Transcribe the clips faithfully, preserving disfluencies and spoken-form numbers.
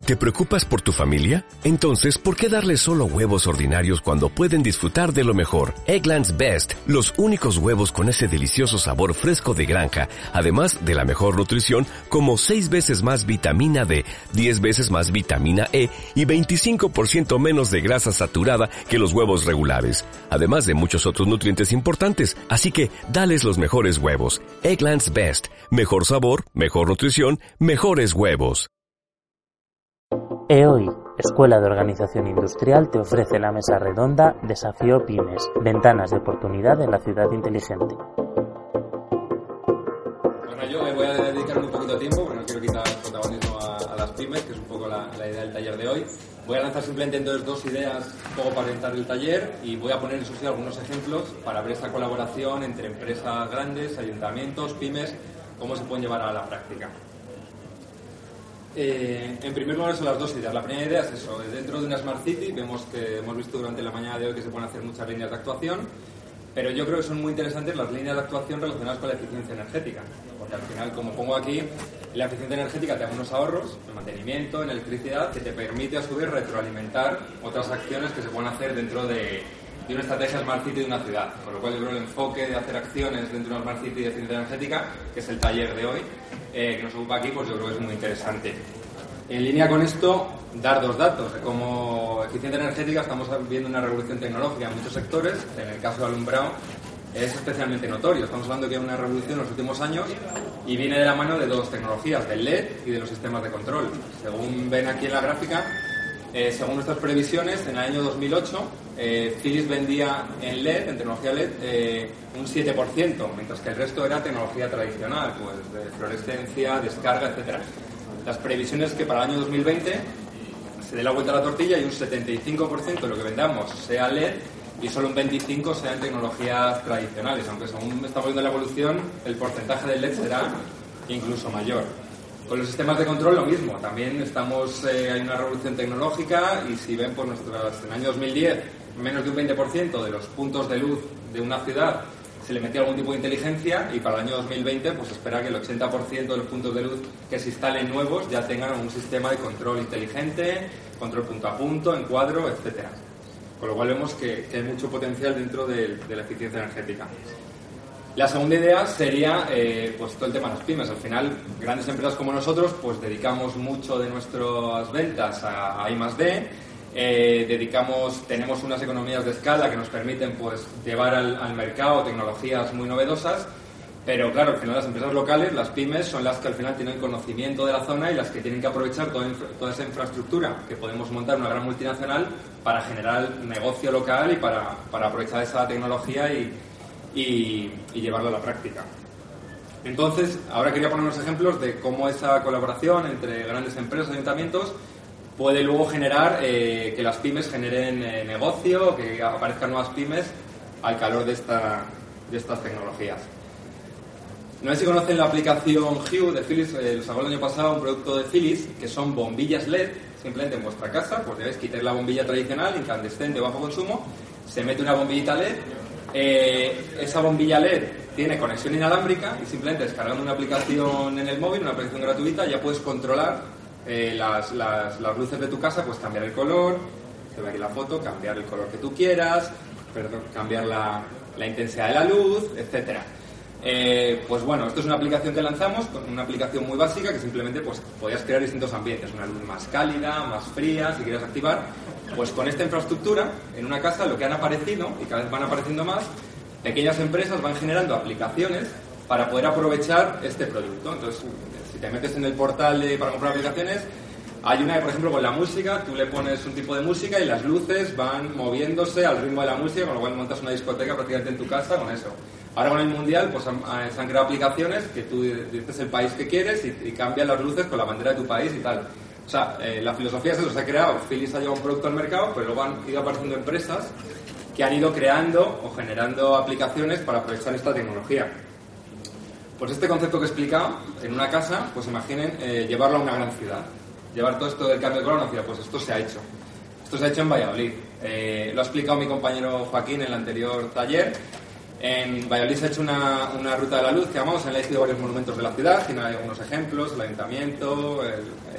¿Te preocupas por tu familia? Entonces, ¿por qué darles solo huevos ordinarios cuando pueden disfrutar de lo mejor? Eggland's Best, los únicos huevos con ese delicioso sabor fresco de granja, además de la mejor nutrición, como seis veces más vitamina D, diez veces más vitamina E y veinticinco por ciento menos de grasa saturada que los huevos regulares, además de muchos otros nutrientes importantes. Así que, dales los mejores huevos. Eggland's Best, mejor sabor, mejor nutrición, mejores huevos. E O I, Escuela de Organización Industrial, te ofrece la mesa redonda Desafío Pymes, ventanas de oportunidad en la ciudad inteligente. Bueno, yo me voy a dedicar un poquito de tiempo, porque no quiero quitar protagonismo a, a las pymes, que es un poco la, la idea del taller de hoy. Voy a lanzar simplemente entonces dos ideas un poco para orientar el taller y voy a poner, eso sí, algunos ejemplos para ver esta colaboración entre empresas grandes, ayuntamientos, pymes, cómo se pueden llevar a la práctica. Eh, en primer lugar son las dos ideas. La primera idea es eso, dentro de una Smart City vemos que hemos visto durante la mañana de hoy que se pueden hacer muchas líneas de actuación, pero yo creo que son muy interesantes las líneas de actuación relacionadas con la eficiencia energética, porque al final, como pongo aquí, la eficiencia energética te da unos ahorros en mantenimiento, en electricidad, que te permite a su vez retroalimentar otras acciones que se pueden hacer dentro de, de una estrategia Smart City de una ciudad, con lo cual yo creo que el enfoque de hacer acciones dentro de una Smart City de eficiencia energética, que es el taller de hoy, Eh, que nos ocupa aquí, pues yo creo que es muy interesante. En línea con esto, dar dos datos de cómo eficiencia energética estamos viendo una revolución tecnológica en muchos sectores. En el caso de alumbrado es especialmente notorio. Estamos hablando que hay una revolución en los últimos años y viene de la mano de dos tecnologías, del L E D y de los sistemas de control. Según ven aquí en la gráfica, eh, según nuestras previsiones, en el año dos mil ocho eh, Philips vendía en L E D, en tecnología L E D, eh, un siete por ciento, mientras que el resto era tecnología tradicional, pues de fluorescencia, descarga, etcétera. Las previsiones que para el año dos mil veinte se dé la vuelta a la tortilla y un setenta y cinco por ciento de lo que vendamos sea L E D y solo un veinticinco por ciento sean tecnologías tradicionales, aunque según estamos viendo la evolución, el porcentaje de L E D será incluso mayor. Con los sistemas de control lo mismo, también estamos eh, hay una revolución tecnológica y si ven, pues nuestras, en el año dos mil diez menos de un veinte por ciento de los puntos de luz de una ciudad se le metía algún tipo de inteligencia y para el año dos mil veinte pues espera que el ochenta por ciento de los puntos de luz que se instalen nuevos ya tengan un sistema de control inteligente, control punto a punto, encuadro, etcétera. Con lo cual vemos que, que hay mucho potencial dentro de, de la eficiencia energética. La segunda idea sería eh, pues todo el tema de las pymes. Al final, grandes empresas como nosotros pues dedicamos mucho de nuestras ventas a, a I más D. Eh, dedicamos, tenemos unas economías de escala que nos permiten pues llevar al, al mercado tecnologías muy novedosas, pero claro, al final las empresas locales, las pymes, son las que al final tienen conocimiento de la zona y las que tienen que aprovechar toda, toda esa infraestructura que podemos montar una gran multinacional para generar negocio local y para, para aprovechar esa tecnología y, y, y llevarla a la práctica. Entonces, ahora quería poner unos ejemplos de cómo esa colaboración entre grandes empresas y ayuntamientos puede luego generar eh, que las pymes generen eh, negocio, que aparezcan nuevas pymes al calor de, esta, de estas tecnologías. No sé si conocen la aplicación Hue de Philips, eh, lo sacó el año pasado un producto de Philips, que son bombillas L E D, simplemente en vuestra casa, pues debéis quitar la bombilla tradicional, incandescente, bajo consumo, se mete una bombillita L E D, eh, esa bombilla L E D tiene conexión inalámbrica y simplemente descargando una aplicación en el móvil, una aplicación gratuita, ya puedes controlar Eh, las, las, las luces de tu casa, pues cambiar el color, se ve aquí la foto, cambiar el color que tú quieras, perdón, cambiar la, la intensidad de la luz, etcétera. Eh, pues bueno, esto es una aplicación que lanzamos, una aplicación muy básica que simplemente pues podías crear distintos ambientes, una luz más cálida, más fría, si quieres activar. Pues con esta infraestructura, en una casa lo que han aparecido, y cada vez van apareciendo más, pequeñas empresas van generando aplicaciones para poder aprovechar este producto. Entonces, si te metes en el portal de, para comprar aplicaciones, hay una que, por ejemplo, con la música, tú le pones un tipo de música y las luces van moviéndose al ritmo de la música, con lo cual montas una discoteca prácticamente en tu casa con eso. Ahora con el Mundial, pues han, se han creado aplicaciones que tú dices el país que quieres y, y cambian las luces con la bandera de tu país y tal. O sea, eh, la filosofía es eso, se ha creado, Philips ha llevado un producto al mercado, pero luego han ido apareciendo empresas que han ido creando o generando aplicaciones para aprovechar esta tecnología. Pues este concepto que he explicado, en una casa, pues imaginen eh, llevarlo a una gran ciudad. Llevar todo esto del cambio de color a una ciudad, pues esto se ha hecho. Esto se ha hecho en Valladolid. Eh, lo ha explicado mi compañero Joaquín en el anterior taller. En Valladolid se ha hecho una, una ruta de la luz que llamamos, se han elegido varios monumentos de la ciudad, tiene algunos ejemplos, el ayuntamiento, el, el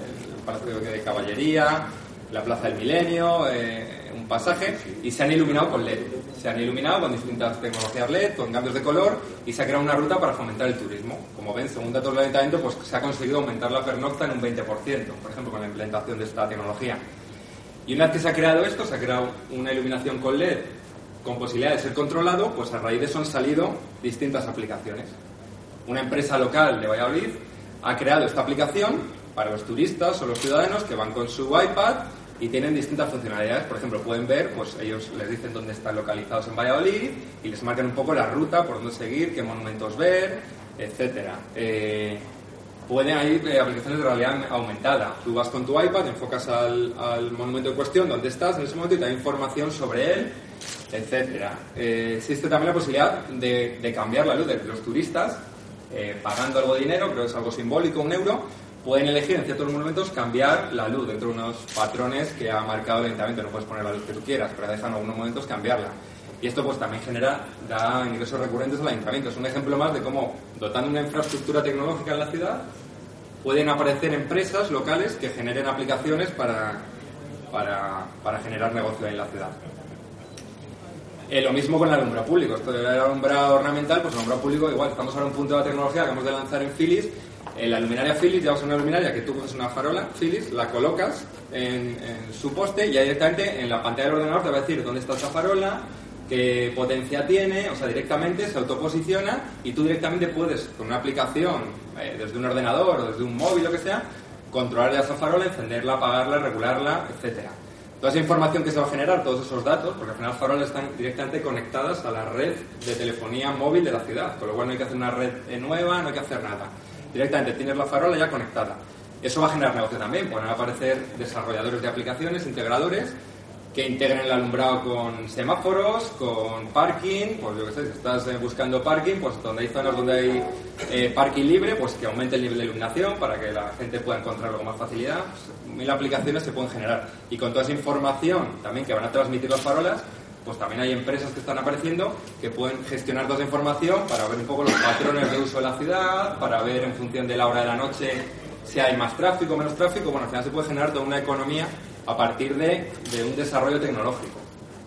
Palacio de Caballería, la Plaza del Milenio, eh, un pasaje, y se han iluminado con L E D. Se han iluminado con distintas tecnologías L E D, con cambios de color, y se ha creado una ruta para fomentar el turismo. Como ven, según datos del Ayuntamiento, pues se ha conseguido aumentar la pernocta en un veinte por ciento, por ejemplo, con la implementación de esta tecnología. Y una vez que se ha creado esto, se ha creado una iluminación con L E D con posibilidad de ser controlado, pues a raíz de eso han salido distintas aplicaciones. Una empresa local de Valladolid ha creado esta aplicación para los turistas o los ciudadanos que van con su iPad y tienen distintas funcionalidades. Por ejemplo, pueden ver, pues ellos les dicen dónde están localizados en Valladolid y les marcan un poco la ruta, por dónde seguir, qué monumentos ver, etcétera. Eh, pueden hay eh, aplicaciones de realidad aumentada. Tú vas con tu iPad, enfocas al, al monumento en cuestión, dónde estás en ese momento, y te da información sobre él, etcétera. Eh, existe también la posibilidad de, de cambiar la luz de los turistas, eh, pagando algo de dinero, creo que es algo simbólico, un euro. Pueden elegir en ciertos monumentos cambiar la luz dentro de unos patrones que ha marcado el Ayuntamiento. No puedes poner la luz que tú quieras, pero dejan en algunos momentos cambiarla. Y esto pues también genera, da ingresos recurrentes al Ayuntamiento. Es un ejemplo más de cómo, dotando una infraestructura tecnológica en la ciudad, pueden aparecer empresas locales que generen aplicaciones para, para, para generar negocio en la ciudad. Eh, lo mismo con el alumbrado público. Esto del alumbrado ornamental, pues el alumbrado público, igual, estamos ahora en un punto de la tecnología que acabamos de lanzar en Philips. En la luminaria Philips, llevas una luminaria que tú coges una farola Philips, la colocas en, en su poste y ya directamente en la pantalla del ordenador te va a decir dónde está esa farola, qué potencia tiene, o sea, directamente se autoposiciona y tú directamente puedes, con una aplicación, eh, desde un ordenador o desde un móvil, lo que sea, controlar esa farola, encenderla, apagarla, regularla, etcétera. Toda esa información que se va a generar, todos esos datos, porque al final las farolas están directamente conectadas a la red de telefonía móvil de la ciudad, con lo cual no hay que hacer una red nueva, no hay que hacer nada. Directamente tienes la farola ya conectada. Eso va a generar negocio también. Van a aparecer desarrolladores de aplicaciones, integradores, que integren el alumbrado con semáforos, con parking. Pues yo qué sé, si estás eh, buscando parking, pues donde hay zonas donde hay eh, parking libre, pues que aumente el nivel de iluminación para que la gente pueda encontrarlo con más facilidad. Pues, mil aplicaciones se pueden generar. Y con toda esa información también que van a transmitir las farolas, pues también hay empresas que están apareciendo que pueden gestionar toda esa información para ver un poco los patrones de uso de la ciudad, para ver en función de la hora de la noche si hay más tráfico o menos tráfico. Bueno, al final se puede generar toda una economía a partir de, de un desarrollo tecnológico.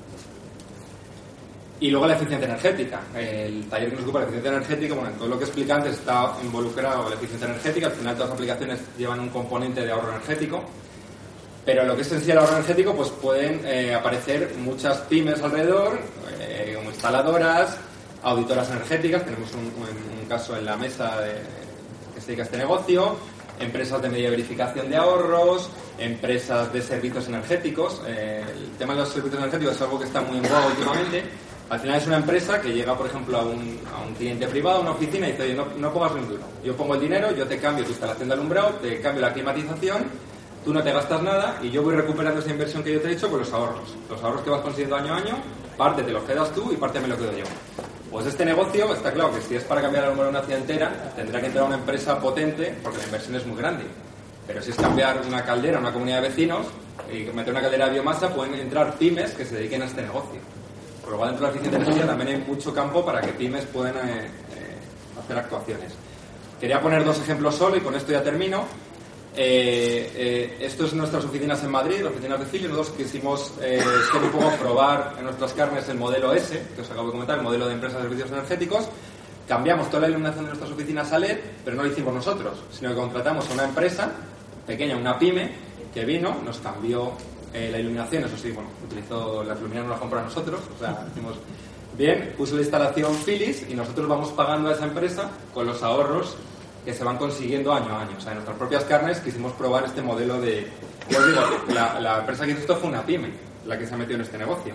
Y luego la eficiencia energética. El taller que nos ocupa de la eficiencia energética, bueno, en todo lo que explica antes está involucrado la eficiencia energética. Al final todas las aplicaciones llevan un componente de ahorro energético. Pero lo que es en sí el ahorro energético, pues pueden eh, aparecer muchas pymes alrededor, eh, como instaladoras, auditoras energéticas. Tenemos un, un, un caso en la mesa de, que se dedica a este negocio, empresas de media verificación de ahorros, empresas de servicios energéticos. Eh, el tema de los servicios energéticos es algo que está muy en boga últimamente. Al final es una empresa que llega, por ejemplo, a un, a un cliente privado, a una oficina, y dice, oye, no, no pongas ni un duro. Yo pongo el dinero, yo te cambio tu instalación de alumbrado, te cambio la climatización, tú no te gastas nada y yo voy recuperando esa inversión que yo te he hecho con los ahorros. Los ahorros que vas consiguiendo año a año, parte te los quedas tú y parte me lo quedo yo. Pues este negocio, está claro que si es para cambiar el alumbrado de una ciudad entera, tendrá que entrar una empresa potente porque la inversión es muy grande. Pero si es cambiar una caldera, una comunidad de vecinos, y meter una caldera de biomasa, pueden entrar pymes que se dediquen a este negocio. Por lo cual, dentro de la eficiencia energética también hay mucho campo para que pymes puedan eh, eh, hacer actuaciones. Quería poner dos ejemplos solo y con esto ya termino. Eh, eh, esto es nuestras oficinas en Madrid, las oficinas de Philips. Nosotros quisimos eh, un poco probar en nuestras carnes el modelo S, que os acabo de comentar, el modelo de empresas de servicios energéticos. Cambiamos toda la iluminación de nuestras oficinas a L E D, pero no lo hicimos nosotros, sino que contratamos a una empresa pequeña, una pyme, que vino, nos cambió eh, la iluminación. Eso sí, bueno, utilizó las luminarias, no las compró a nosotros, o sea, hicimos bien, puso la instalación Philips y nosotros vamos pagando a esa empresa con los ahorros que se van consiguiendo año a año. O sea, en nuestras propias carnes quisimos probar este modelo de... Yo os digo, la, la empresa que hizo esto fue una pyme, la que se ha metido en este negocio.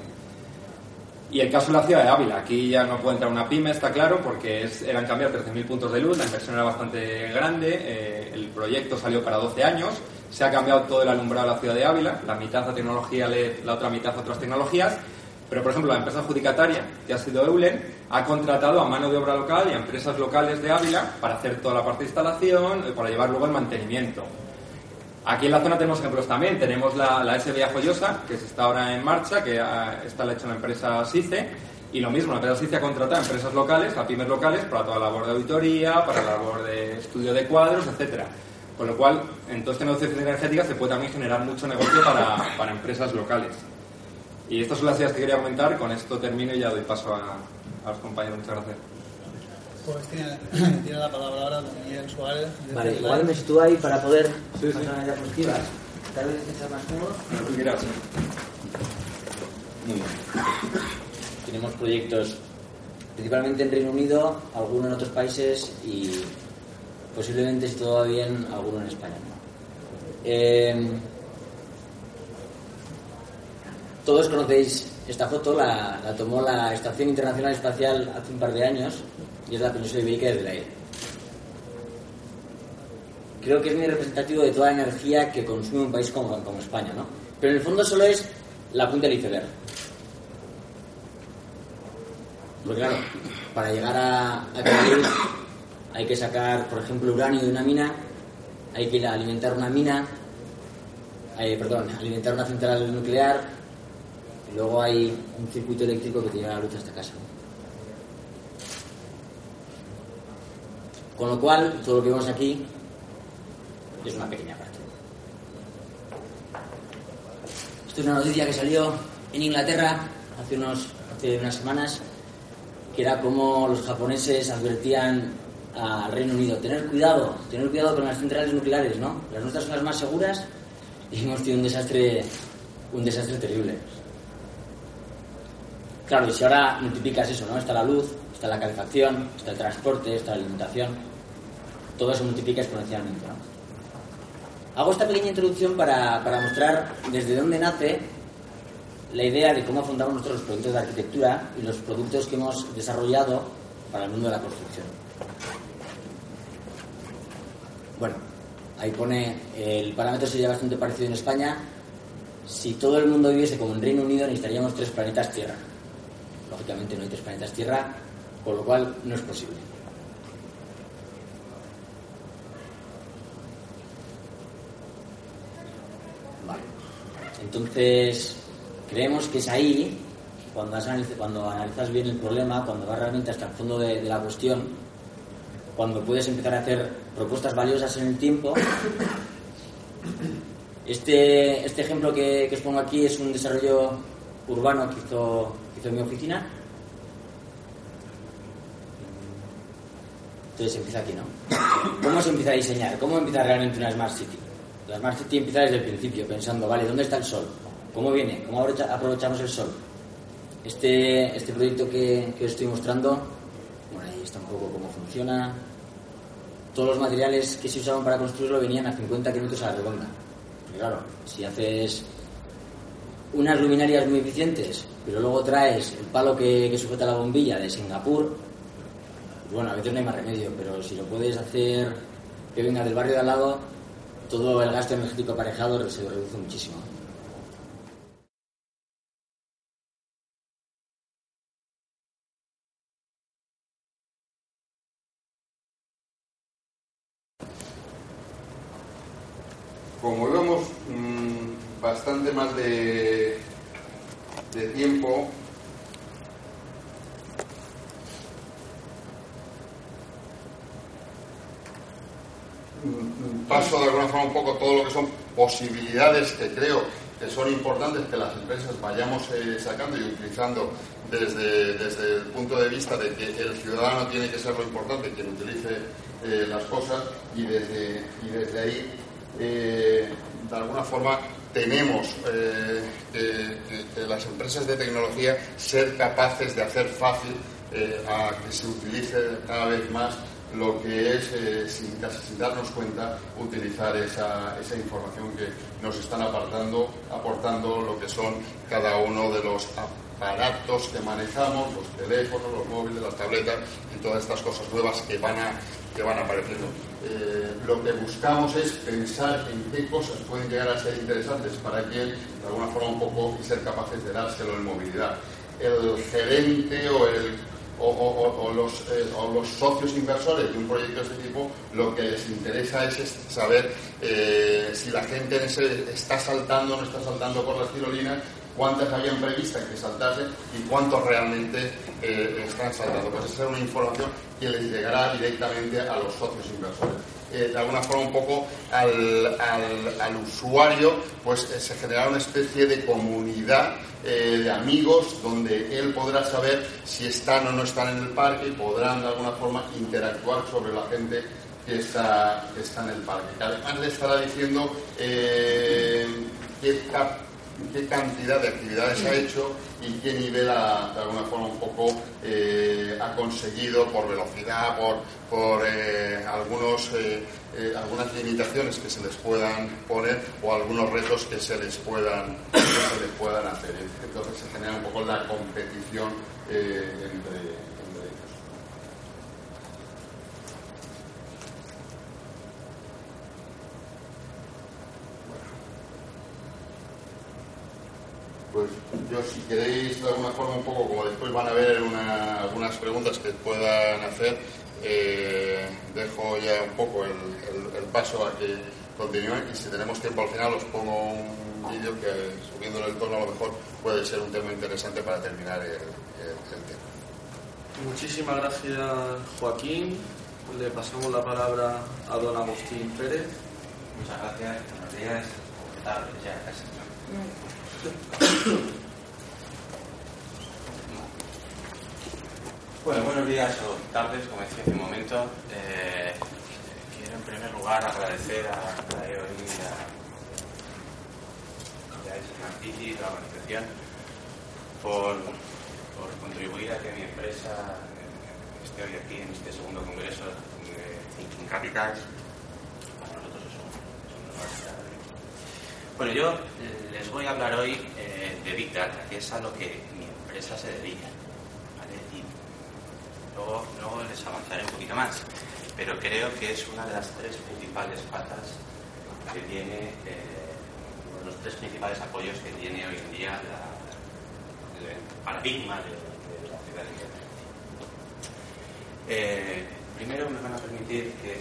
Y el caso de la ciudad de Ávila. Aquí ya no puede entrar una pyme, está claro, porque es, eran cambiar trece mil puntos de luz, la inversión era bastante grande, eh, el proyecto salió para doce años, se ha cambiado todo el alumbrado de la ciudad de Ávila, la mitad a tecnología L E D, la otra mitad a otras tecnologías. Pero, por ejemplo, la empresa adjudicataria, que ha sido Eulen, ha contratado a mano de obra local y a empresas locales de Ávila para hacer toda la parte de instalación y para llevar luego el mantenimiento. Aquí en la zona tenemos ejemplos también. Tenemos la, la S B A Joyosa, que se está ahora en marcha, que ha, está la hecha la empresa SICE, y lo mismo, la empresa SICE ha contratado a empresas locales, a pymes locales, para toda la labor de auditoría, para la labor de estudio de cuadros, etcétera. Con lo cual, en todo este negocio de eficiencia energética se puede también generar mucho negocio para, para empresas locales. Y estas son las ideas que quería comentar. Con esto termino y ya doy paso a, a los compañeros. Muchas gracias. Pues tiene, tiene la palabra ahora Miguel Suárez. Vale, igual me sitúo ahí para poder sí, pasar a las diapositivas. Tal vez sea más cómodo. Lo que quieras. Muy bien. Tenemos proyectos principalmente en Reino Unido, algunos en otros países y posiblemente, si todo va bien, alguno en España. Eh, todos conocéis esta foto, la, la tomó la Estación Internacional Espacial hace un par de años y es la península ibérica desde el aire. Creo que es muy representativo de toda la energía que consume un país como, como España, ¿no? Pero en el fondo solo es la punta del iceberg. Porque claro, para llegar a, a Cádiz hay que sacar, por ejemplo, uranio de una mina, hay que alimentar una mina, hay, perdón, alimentar una central nuclear, y luego hay un circuito eléctrico que te lleva la luz hasta casa. Con lo cual, todo lo que vemos aquí es una pequeña parte. Esto es una noticia que salió en Inglaterra hace, unos, hace unas semanas, que era como los japoneses advertían al Reino Unido: tener cuidado, tener cuidado con las centrales nucleares, ¿no? Las nuestras son las más seguras y hemos tenido un desastre, un desastre terrible. Claro, y si ahora multiplicas eso, ¿no? Está la luz, está la calefacción, está el transporte, está la alimentación, todo eso multiplica exponencialmente, ¿no? Hago esta pequeña introducción para, para mostrar desde dónde nace la idea de cómo afrontamos nosotros los proyectos de arquitectura y los productos que hemos desarrollado para el mundo de la construcción. Bueno, ahí pone, el parámetro sería bastante parecido en España. Si todo el mundo viviese como en Reino Unido, necesitaríamos tres planetas Tierra. Lógicamente no hay tres planetas Tierra, con lo cual no es posible. Vale. Entonces, creemos que es ahí, cuando, has analiz- cuando analizas bien el problema, cuando vas realmente hasta el fondo de, de la cuestión, cuando puedes empezar a hacer propuestas valiosas en el tiempo. Este, este ejemplo que, que os pongo aquí es un desarrollo urbano que hizo, que hizo mi oficina. Entonces empieza aquí, ¿no? ¿Cómo se empieza a diseñar? ¿Cómo empieza realmente una Smart City? La Smart City empieza desde el principio, pensando, vale, ¿dónde está el sol? ¿Cómo viene? ¿Cómo aprovechamos el sol? Este, este proyecto que, que os estoy mostrando, bueno, ahí está un poco cómo funciona. Todos los materiales que se usaban para construirlo venían a cincuenta kilómetros a la redonda. Y claro, si haces unas luminarias muy eficientes, pero luego traes el palo que, que sujeta la bombilla de Singapur, pues bueno, a veces no hay más remedio, pero si lo puedes hacer que venga del barrio de al lado, todo el gasto energético aparejado se reduce muchísimo. Como íbamos mmm, bastante más de, de tiempo, mmm, paso de alguna forma un poco todo lo que son posibilidades que creo que son importantes que las empresas vayamos eh, sacando y utilizando desde, desde el punto de vista de que el ciudadano tiene que ser lo importante, quien utilice eh, las cosas, y desde, y desde ahí Eh, de alguna forma tenemos eh, que, que, que las empresas de tecnología ser capaces de hacer fácil eh, a que se utilice cada vez más lo que es, eh, sin casi sin darnos cuenta, utilizar esa, esa información que nos están apartando, aportando lo que son cada uno de los aparatos que manejamos, los teléfonos, los móviles, las tabletas y todas estas cosas nuevas que van a que van apareciendo. Eh, lo que buscamos es pensar en qué cosas pueden llegar a ser interesantes para quien, de alguna forma un poco, y ser capaces de dárselo en movilidad. El gerente o, el, o, o, o, los, eh, o los socios inversores de un proyecto de este tipo, lo que les interesa es, es saber eh, si la gente en ese está saltando o no está saltando por las tirolinas, cuántas habían previstas que saltasen y cuántos realmente eh, están saltando. Pues esa es una información que les llegará directamente a los socios inversores. Eh, de alguna forma un poco al, al, al usuario pues eh, se generará una especie de comunidad eh, de amigos donde él podrá saber si están o no están en el parque y podrán de alguna forma interactuar sobre la gente que está, que está en el parque. Además le estará diciendo eh, qué, qué cantidad de actividades ha hecho y qué nivel ha, de alguna forma un poco eh, ha conseguido por velocidad, por, por eh, algunos, eh, eh, algunas limitaciones que se les puedan poner o algunos retos que se les puedan, que se les puedan hacer. Entonces se genera un poco la competición eh, entre, entre ellos. Pues yo, si queréis de alguna forma un poco, como después van a ver una, algunas preguntas que puedan hacer, eh, dejo ya un poco el, el, el paso a que continúen y si tenemos tiempo al final os pongo un vídeo que subiéndole el tono a lo mejor puede ser un tema interesante para terminar el, el, el tema. Muchísimas gracias, Joaquín. Le pasamos la palabra a don Agustín Pérez. Muchas gracias, buenos días. ¿Qué tal? Ya casi. Bueno, buenos días o tardes, como decía hace un momento. Eh, quiero en primer lugar agradecer a, a E O I y a, a Smart City, la organización, por, por contribuir a que mi empresa eh, esté hoy aquí en este segundo congreso de Thinking Capitals. Para nosotros es un, es un honor estar aquí. Bueno, yo eh, les voy a hablar hoy eh, de Big Data, que es a lo que mi empresa se dedica, ¿vale? Y luego, luego les avanzaré un poquito más, pero creo que es una de las tres principales patas que tiene, eh, los tres principales apoyos que tiene hoy en día la, el paradigma de, de la ciudad de Internet. Eh, primero me van a permitir que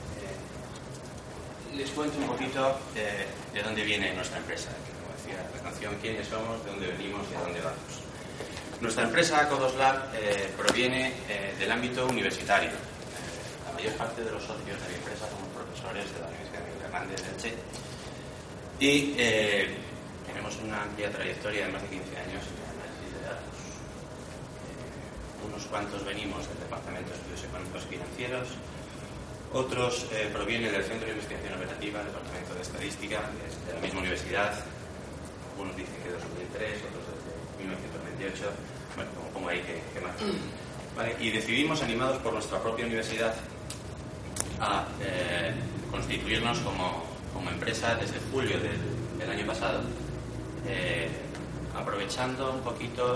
les cuento un poquito eh, de dónde viene nuestra empresa, que como decía la canción, quiénes somos, de dónde venimos y a dónde vamos. Nuestra empresa, Codos Lab, eh, proviene eh, del ámbito universitario. Eh, la mayor parte de los socios de mi empresa somos profesores de la Universidad Miguel Hernández de Elche y eh, tenemos una amplia trayectoria de más de quince años en el análisis de datos. Eh, unos cuantos venimos del Departamento de Estudios Económicos y Financieros. Otros eh, provienen del Centro de Investigación Operativa, del Departamento de Estadística, de la misma universidad. Algunos dicen que dos mil tres, otros desde mil novecientos veintiocho. Bueno, como pongo ahí que, que más. Vale, y decidimos, animados por nuestra propia universidad, a eh, constituirnos como, como empresa desde julio del, del año pasado, eh, aprovechando un poquito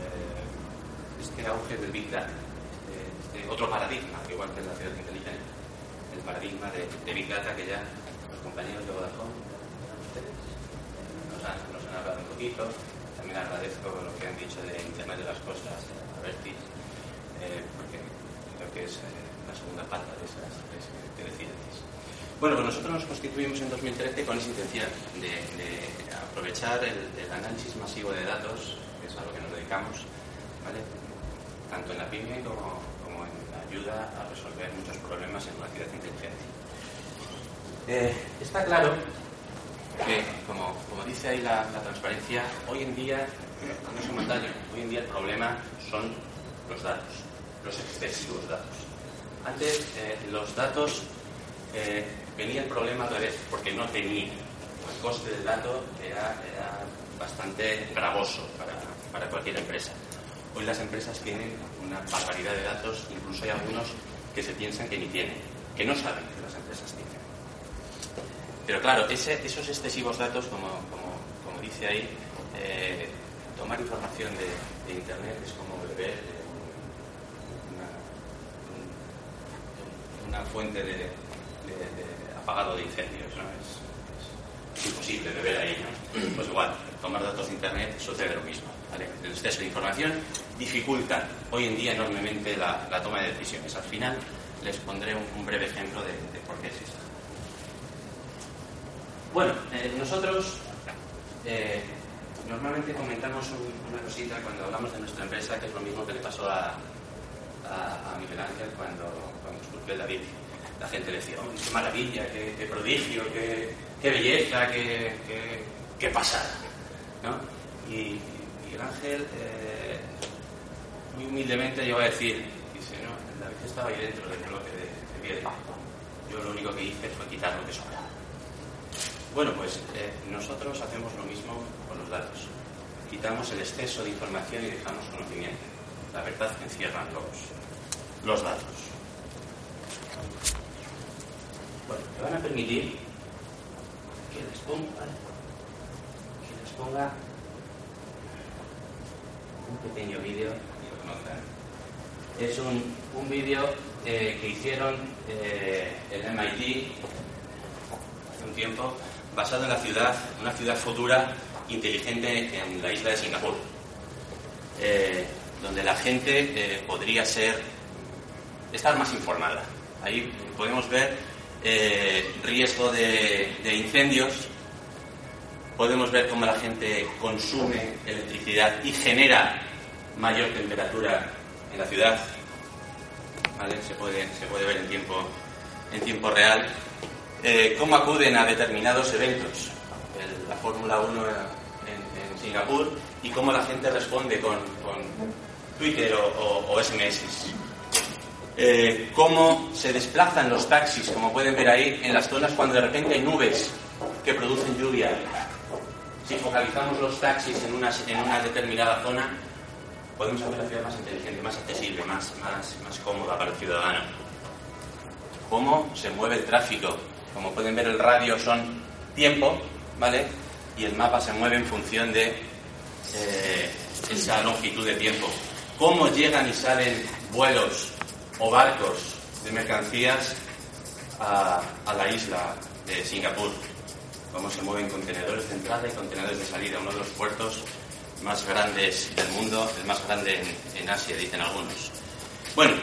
eh, este auge del Big Data, este, este otro paradigma, igual que en la ciudad inteligente. El paradigma de, de Big Data que ya los compañeros de Vodafone ustedes nos han, nos han hablado un poquito. También agradezco lo que han dicho de Internet de las Cosas a Bertis, eh, porque creo que es eh, la segunda pata de esas tres que decíais. Bueno, pues nosotros nos constituimos en dos mil trece con esa intención de, de aprovechar el, el análisis masivo de datos, que es a lo que nos dedicamos, ¿vale? Tanto en la pyme como ayuda a resolver muchos problemas en una ciudad inteligente. Eh, está claro que, como, como dice ahí la, la transparencia, hoy en día, no es un montaño, hoy en día el problema son los datos, los excesivos datos. Antes eh, los datos eh, venía el problema al revés, porque no tenía. El coste del dato era, era bastante gravoso para, para cualquier empresa. Hoy las empresas tienen una barbaridad de datos, incluso hay algunos que se piensan que ni tienen, que no saben que las empresas tienen. Pero claro, ese, esos excesivos datos, como, como, como dice ahí, eh, tomar información de, de Internet es como beber de una, una fuente de, de, de apagado de incendios, ¿no? Es, es imposible beber ahí, ¿no? Pues igual, tomar datos de Internet sucede lo mismo. ¿Vale? El exceso de información dificulta hoy en día enormemente la, la toma de decisiones. Al final les pondré un, un breve ejemplo de, de por qué es esto. Bueno, eh, nosotros eh, normalmente comentamos un, una cosita cuando hablamos de nuestra empresa, que es lo mismo que le pasó a, a, a Miguel Ángel cuando, cuando esculpió el David. La gente decía, oh, qué maravilla, qué, qué prodigio, qué, qué belleza, qué, qué, qué pasada, ¿no? Y, y Miguel Ángel, eh, muy humildemente, llegó a decir, dice, no, el David estaba ahí dentro del bloque de, de piedra. Yo lo único que hice fue quitar lo que sobraba. Bueno, pues eh, nosotros hacemos lo mismo con los datos. Quitamos el exceso de información y dejamos conocimiento. La verdad que encierran los, los datos. Bueno, me van a permitir que les ponga, que les ponga un pequeño vídeo que lo conozcan. Es un, un vídeo eh, que hicieron eh, el M I T hace un tiempo, basado en la ciudad, una ciudad futura inteligente en la isla de Singapur, eh, donde la gente eh, podría ser estar más informada. Ahí podemos ver eh, riesgo de, de incendios, podemos ver cómo la gente consume electricidad y genera mayor temperatura en la ciudad, ¿vale? Se puede, se puede ver en tiempo, en tiempo real. Eh, cómo acuden a determinados eventos, el, la Fórmula uno en, en Singapur, y cómo la gente responde con, con Twitter o, o, o S M S. Eh, cómo se desplazan los taxis, como pueden ver ahí, en las zonas cuando de repente hay nubes que producen lluvia. Si focalizamos los taxis en una, en una determinada zona, podemos hacer la ciudad más inteligente, más accesible, más, más, más cómoda para el ciudadano. Cómo se mueve el tráfico. Como pueden ver, el radio son tiempo, ¿vale? Y el mapa se mueve en función de eh, esa longitud de tiempo. Cómo llegan y salen vuelos o barcos de mercancías a, a la isla de Singapur. Cómo se mueven contenedores de entrada y contenedores de salida. Uno de los puertos más grandes del mundo, el más grande en, en Asia, dicen algunos. Bueno,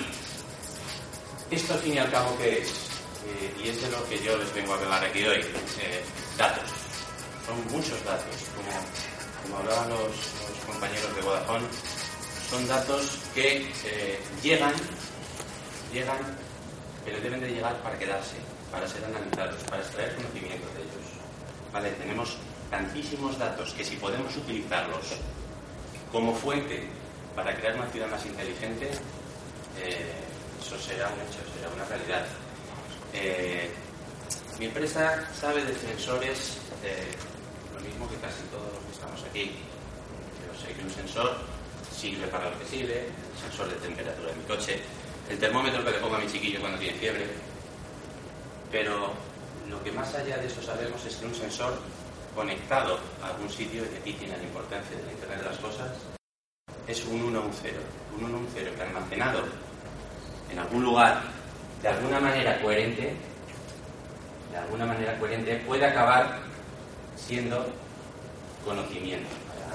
esto al fin y al cabo, ¿qué es? Eh, y es de lo que yo les vengo a hablar aquí hoy. Eh, datos. Son muchos datos. Como, como hablaban los, los compañeros de Vodafone, son datos que eh, llegan, llegan, pero deben de llegar para quedarse, para ser analizados, para extraer conocimiento de ellos. ¿Vale? Tenemos tantísimos datos que si podemos utilizarlos como fuente para crear una ciudad más inteligente, eh, eso será un hecho, será una realidad. Eh, mi empresa sabe de sensores, eh, lo mismo que casi todos los que estamos aquí. Yo sé que un sensor sirve para lo que sirve, el sensor de temperatura de mi coche, el termómetro que le pongo a mi chiquillo cuando tiene fiebre, pero lo que más allá de eso sabemos es que un sensor conectado a algún sitio, y aquí tiene la importancia de la Internet de las cosas, es un uno un cero, un uno un cero que almacenado en algún lugar de alguna manera coherente, de alguna manera coherente, puede acabar siendo conocimiento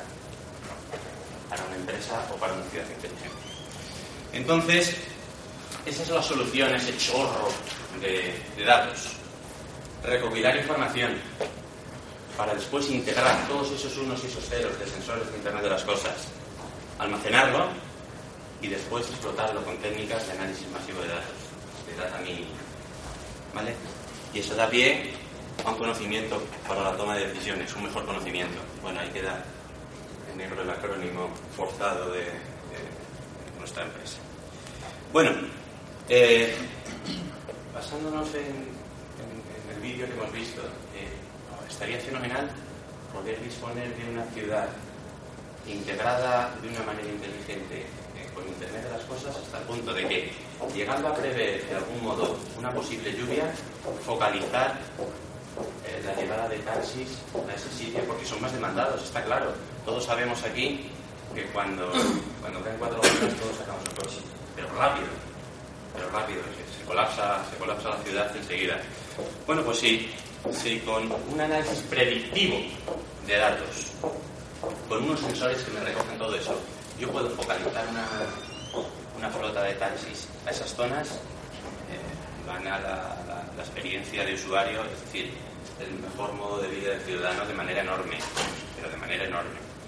para, para una empresa o para una ciudad inteligente. Entonces, esa es la solución a ese chorro de, de datos. Recopilar información para después integrar todos esos unos y esos ceros de sensores de Internet de las cosas, almacenarlo y después explotarlo con técnicas de análisis masivo de datos, de data mining, ¿vale? Y eso da pie a un conocimiento para la toma de decisiones, un mejor conocimiento. Bueno, ahí queda en negro el acrónimo forzado de, de, de nuestra empresa. Bueno, eh, basándonos en, en, en el vídeo que hemos visto, eh, estaría fenomenal poder disponer de una ciudad integrada de una manera inteligente eh, con Internet de las cosas, hasta el punto de que, llegando a prever de algún modo una posible lluvia, focalizar eh, la llegada de taxis a ese sitio, porque son más demandados, está claro. Todos sabemos aquí que cuando, cuando caen cuatro horas todos sacamos el coche, pero rápido, pero rápido, se, se, colapsa, se colapsa la ciudad enseguida. Bueno, pues sí, sí, con un análisis predictivo de datos, con unos sensores que me recogen todo eso, yo puedo focalizar una, una flota de taxis a esas zonas, eh, ganar la, la, la experiencia de usuario, es decir, el mejor modo de vida del ciudadano de manera enorme, pero de manera enorme.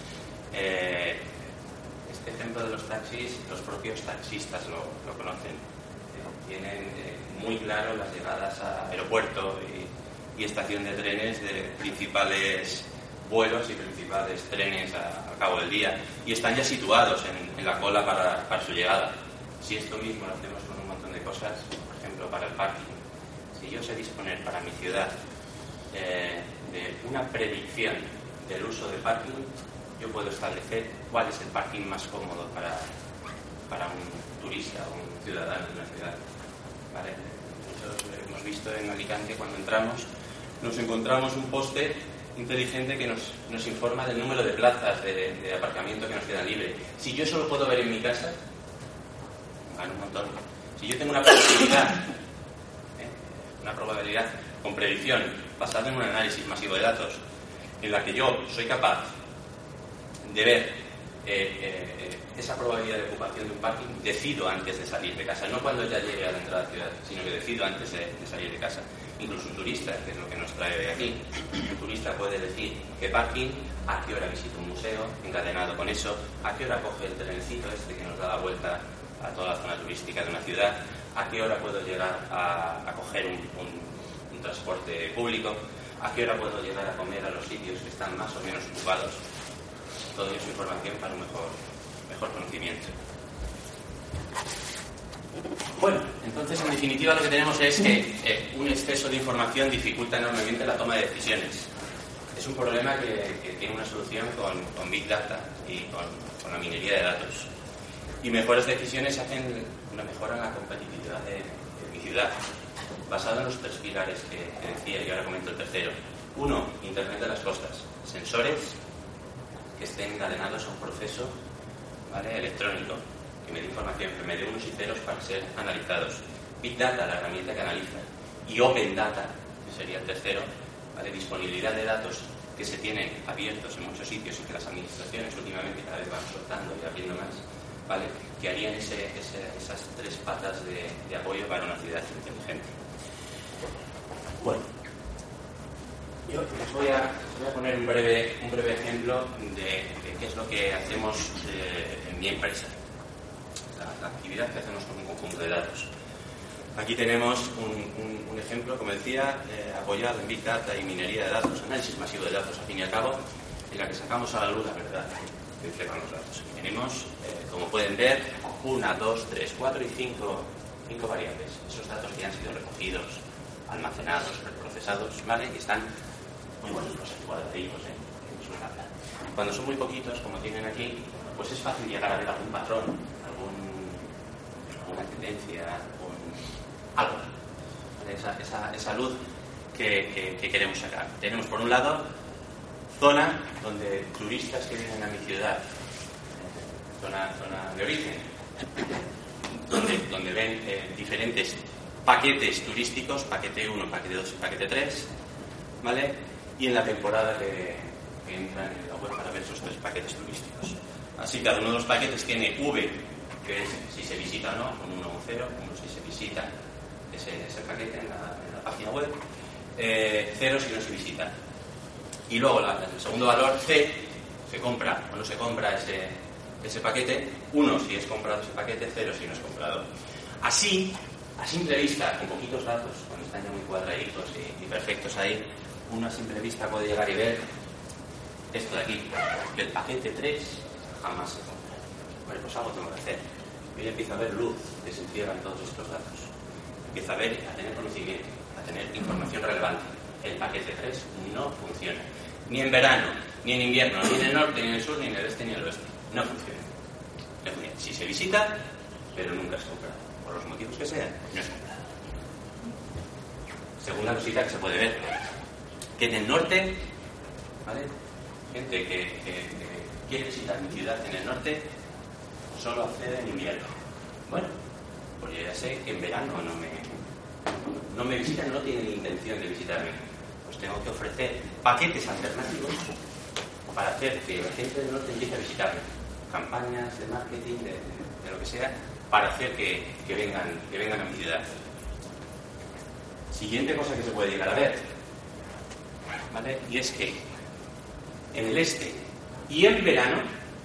Eh, este ejemplo de los taxis, los propios taxistas lo, lo conocen. Eh, tienen eh, muy claro las llegadas a aeropuerto y, y estación de trenes de principales vuelos y principales trenes a, a cabo del día, y están ya situados en, en la cola para, para su llegada. Si esto mismo lo hacemos con un montón de cosas, por ejemplo para el parking, si yo sé disponer para mi ciudad eh, de una predicción del uso de parking, yo puedo establecer cuál es el parking más cómodo para, para un turista o un ciudadano de una ciudad, ¿vale? Muchos hemos visto en Alicante, cuando entramos nos encontramos un poste inteligente que nos, nos informa del número de plazas de, de aparcamiento que nos quedan libres. Si yo eso lo puedo ver en mi casa, gano un montón. Si yo tengo una probabilidad, ¿eh? una probabilidad con predicción basada en un análisis masivo de datos, en la que yo soy capaz de ver eh, eh, esa probabilidad de ocupación de un parking, decido antes de salir de casa, no cuando ya llegue a la entrada de la ciudad, sino que decido antes de, de salir de casa. Incluso un turista, que es lo que nos trae de aquí, un turista puede decir qué parking, a qué hora visita un museo, encadenado con eso, a qué hora coge el trenecito este que nos da la vuelta a toda la zona turística de una ciudad, a qué hora puedo llegar a, a coger un, un, un transporte público, a qué hora puedo llegar a comer a los sitios que están más o menos ocupados. Todo eso es información para un mejor, mejor conocimiento. Bueno, entonces en definitiva lo que tenemos es que eh, un exceso de información dificulta enormemente la toma de decisiones. Es un problema que, que tiene una solución con, con Big Data y con, con la minería de datos. Y mejores decisiones hacen una mejora en la competitividad de, de mi ciudad, basado en los tres pilares que, que decía, y ahora comento el tercero. Uno, Internet de las cosas. Sensores que estén encadenados a un proceso, ¿vale?, electrónico, que me dé información, que me dé unos y ceros para ser analizados. Big Data, la herramienta que analiza. Y Open Data, que sería el tercero, ¿vale?, disponibilidad de datos que se tienen abiertos en muchos sitios y que las administraciones últimamente cada vez van soltando y abriendo más, ¿vale?, que harían ese, ese, esas tres patas de, de apoyo para una ciudad inteligente. Bueno, yo les voy a, les voy a poner un breve, un breve ejemplo de, de qué es lo que hacemos de, en mi empresa. La, la actividad que hacemos con un conjunto de datos. Aquí tenemos un, un, un ejemplo, como decía, eh, apoyado en Big Data y minería de datos, análisis masivo de datos, al fin y al cabo, en la que sacamos a la luz la verdad que entregan los datos. Tenemos, eh, como pueden ver, una, dos, tres, cuatro y cinco, cinco variables. Esos datos que han sido recogidos, almacenados, reprocesados, ¿vale? Y están muy buenos los cuadradillos, ¿eh? Cuando son muy poquitos, como tienen aquí, pues es fácil llegar a ver algún patrón, algún, alguna tendencia, algún, algo. ¿Vale? Esa, esa, esa luz que, que, que queremos sacar. Tenemos, por un lado, zona donde turistas que vienen a mi ciudad, zona, zona de origen, donde, donde ven eh, diferentes paquetes turísticos, paquete uno, paquete dos y paquete tres, ¿vale? Y en la temporada que, que entran en la web para ver esos tres paquetes turísticos. Así cada uno de los paquetes tiene V, que es si se visita o no, con uno o un cero, uno si se visita ese, ese paquete en la, en la página web, eh, cero si no se visita. Y luego la, el segundo valor, C, se compra o no se compra ese, ese paquete, uno si es comprado ese paquete, cero si no es comprado. Así, a simple vista, con poquitos datos, cuando están ya muy cuadraditos y, y perfectos ahí, uno a simple vista puede llegar y ver esto de aquí, que el paquete tres jamás se compra. Bueno, pues algo tengo que hacer. Yo ya empiezo a ver luz que se encierran todos estos datos. Empiezo a ver, a tener conocimiento, a tener información relevante. El paquete tres no funciona. Ni en verano, ni en invierno, ni en el norte, ni en el sur, ni en el este, ni en el oeste. No funciona. No funciona. Si se visita, pero nunca es comprado. Por los motivos que sean, no es comprado. Segunda cosita que se puede ver, que en el norte, ¿vale?, gente que, que, que quiere visitar mi ciudad en el norte solo accede en invierno. Bueno, pues yo ya sé que en verano no me, no me visitan, no tienen intención de visitarme. Pues tengo que ofrecer paquetes alternativos para hacer que la gente del norte empiece a visitarme. Campañas de marketing, de, de lo que sea, para hacer que, que, vengan, que vengan a mi ciudad. Siguiente cosa que se puede llegar a ver, ¿vale?, y es que en el este y en verano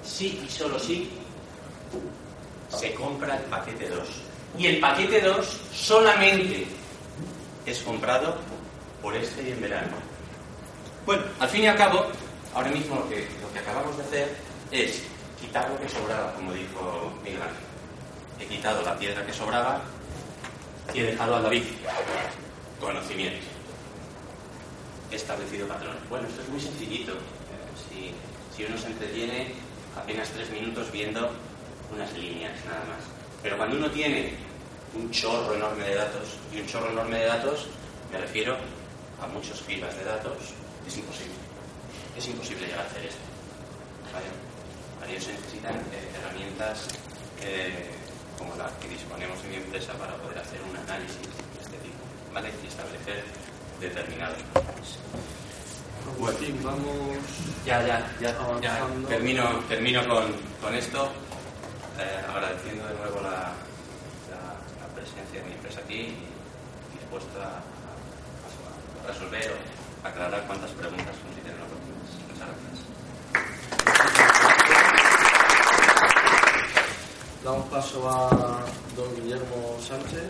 sí y solo sí, se compra el paquete dos. Y el paquete dos solamente es comprado por este y en verano. Bueno, al fin y al cabo, ahora mismo lo que, lo que acabamos de hacer es quitar lo que sobraba, como dijo Miguel Ángel. He quitado la piedra que sobraba y he dejado al David conocimiento. He establecido patrones. Bueno, esto es muy sencillito. Si, si uno se entretiene apenas tres minutos viendo unas líneas nada más. Pero cuando uno tiene un chorro enorme de datos, y un chorro enorme de datos, me refiero a muchos gigas de datos, es imposible. Es imposible llegar a hacer esto. ¿Vale? Para ello se necesitan eh, herramientas eh, como las que disponemos en mi empresa para poder hacer un análisis de este tipo, ¿vale? Y establecer determinados patrones. Joaquín, vamos... Ya, ya, ya, ya. Termino, termino con, con esto, eh, agradeciendo de nuevo la, la, la presencia de mi empresa aquí y dispuesto a, a, a resolver o aclarar cuantas preguntas consideren oportunas. Muchas gracias. Damos paso a don Guillermo Sánchez.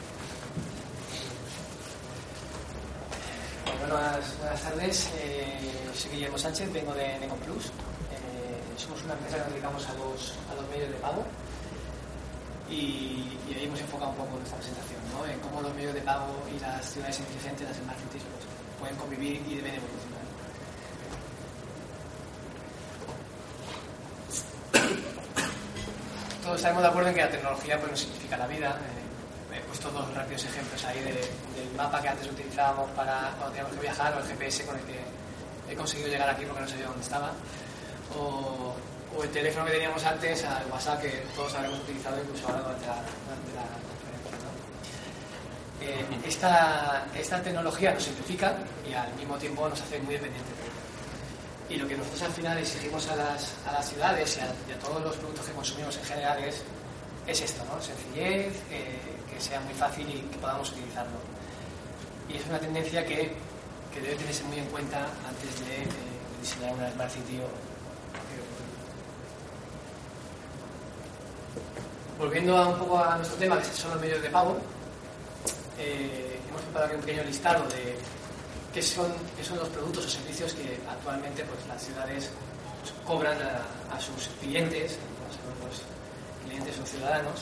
Buenas, buenas tardes, eh, soy Guillermo Sánchez, vengo de Necoplus. Eh, somos una empresa que nos dedicamos a los, a los medios de pago y, y ahí hemos enfocado un poco nuestra presentación, ¿no? En cómo los medios de pago y las ciudades inteligentes, las smart cities, pues, pueden convivir y deben evolucionar. Todos estaremos de acuerdo en que la tecnología pues, nos simplifica la vida. Eh, He puesto dos rápidos ejemplos ahí de, del mapa que antes utilizábamos para cuando teníamos que viajar, o el G P S con el que he conseguido llegar aquí porque no sabía dónde estaba, o, o el teléfono que teníamos antes, el WhatsApp, que todos habremos utilizado incluso ahora durante la, durante la conferencia, ¿no? eh, esta, esta tecnología nos simplifica y al mismo tiempo nos hace muy dependientes de ella. Y lo que nosotros al final exigimos a las, a las ciudades y a, y a todos los productos que consumimos en general es, es esto, ¿no? Sencillez, eh, que sea muy fácil y que podamos utilizarlo. Y es una tendencia que, que debe tenerse muy en cuenta antes de eh, diseñar una Smart City. O... Volviendo a un poco a nuestro tema, que son los medios de pago, eh, hemos preparado aquí un pequeño listado de qué son, qué son los productos o servicios que actualmente pues, las ciudades pues, cobran a, a sus clientes, a los clientes o ciudadanos,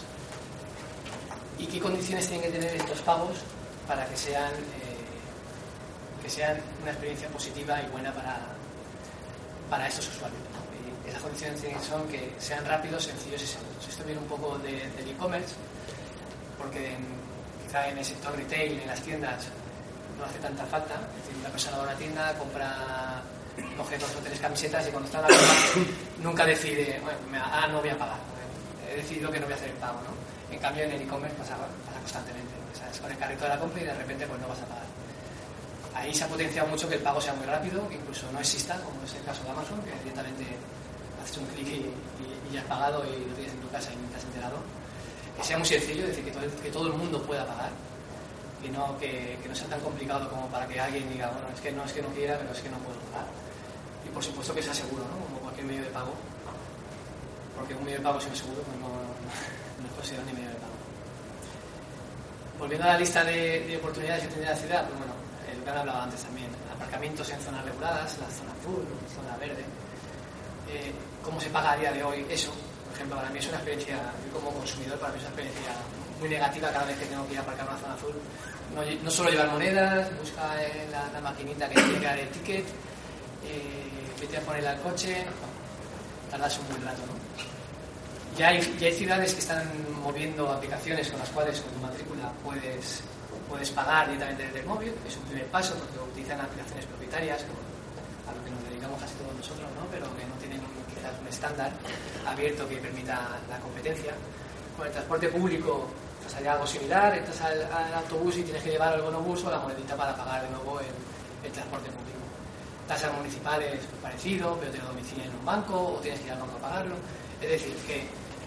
y qué condiciones tienen que tener estos pagos para que sean eh, que sean una experiencia positiva y buena para, para estos usuarios, ¿no? Y esas condiciones son que sean rápidos, sencillos y seguros. Esto viene un poco de, del e-commerce, porque en, quizá en el sector retail, en las tiendas, no hace tanta falta. Es decir, una persona va a una tienda, compra, coge dos o tres camisetas y cuando está en la compra nunca decide, bueno, me, ah, no voy a pagar, he decidido que no voy a hacer el pago, ¿no? En cambio, en el e-commerce pasa, pasa constantemente, ¿no? ¿Sabes? Con el carrito de la compra y de repente pues no vas a pagar. Ahí se ha potenciado mucho que el pago sea muy rápido, que incluso no exista, como es el caso de Amazon, que directamente haces un clic y, y, y ya has pagado y lo tienes en tu casa y ni te has enterado. Que sea muy sencillo, es decir, que todo, que todo el mundo pueda pagar, y no que, que no sea tan complicado como para que alguien diga, bueno, es que no es que no quiera, pero es que no puedo pagar. Y por supuesto que sea seguro, ¿no? Como cualquier medio de pago, porque un medio de pago sin seguro pues no, no es considerado ni medio de pago. Volviendo a la lista de, de oportunidades que tiene la ciudad, pues bueno, lo que han hablado antes también, aparcamientos en zonas reguladas, la zona azul, zona verde, eh, cómo se paga a día de hoy eso. Por ejemplo, para mí es una experiencia, yo como consumidor, para mí es una experiencia muy negativa cada vez que tengo que ir a aparcar una zona azul. No, no solo llevar monedas, busca en la, la maquinita que tiene que dar el ticket, eh, vete a ponerle al coche, tardas un buen rato, ¿no? Ya hay, ya hay ciudades que están moviendo aplicaciones con las cuales con tu matrícula puedes, puedes pagar directamente desde el móvil. Es un primer paso porque utilizan aplicaciones propietarias, como a lo que nos dedicamos casi todos nosotros, ¿no? Pero que no tienen un, quizás un estándar abierto que permita la competencia. Con el transporte público pues hay algo similar, entras al, al autobús y tienes que llevar el bonobús o la monedita para pagar de nuevo el, el transporte público. Tasas municipales parecido, pero te lo domicilian en un banco o tienes que ir al banco a pagarlo. Es decir, que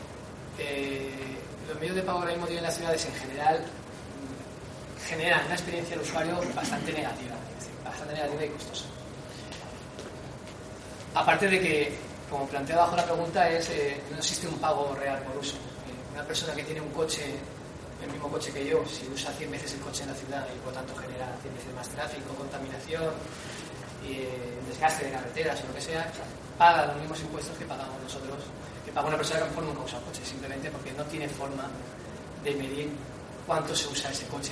eh, los medios de pago ahora mismo tienen las ciudades en general generan una experiencia del usuario bastante negativa, es decir, bastante negativa y costosa. Aparte de que como plantea abajo la pregunta, es eh, no existe un pago real por uso. Eh, una persona que tiene un coche, el mismo coche que yo, si usa cien veces el coche en la ciudad y por tanto genera cien veces más tráfico, contaminación, y, eh, desgaste de carreteras o lo que sea, paga los mismos impuestos que pagamos nosotros, que paga una persona que a lo mejor nunca usa el coche, simplemente porque no tiene forma de medir cuánto se usa ese coche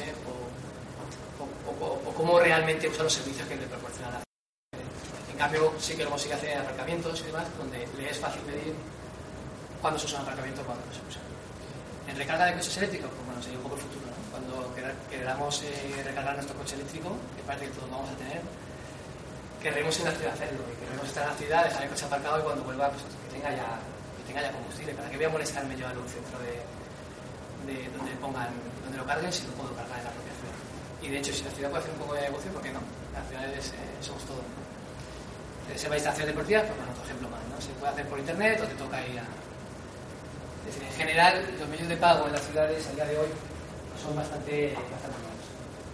o, o, o, o cómo realmente usa los servicios que le proporciona la ciudad. En cambio, sí que lo consigue hacer en aparcamientos y demás, donde le es fácil medir cuándo se usa un aparcamiento o cuándo no se usa. En recarga de coches eléctricos, pues bueno, sería un poco el futuro, ¿no? Cuando queramos eh, recargar nuestro coche eléctrico, que parece que todos vamos a tener, querremos en la ciudad hacerlo, y queremos estar en la ciudad, dejar el coche aparcado y cuando vuelva, pues que tenga ya, que tenga ya combustible. ¿Para qué voy a molestarme yo a un centro de, de donde pongan, donde lo carguen si lo puedo cargar en la propia ciudad? Y de hecho, si la ciudad puede hacer un poco de negocio, ¿por qué no? Las ciudades eh, somos todos, ¿no? Se va a instalaciones deportivas, pues bueno, otro ejemplo más, ¿no? Se puede hacer por internet o te toca ir a... Es decir, en general, los medios de pago en las ciudades a día de hoy son bastante, bastante malos.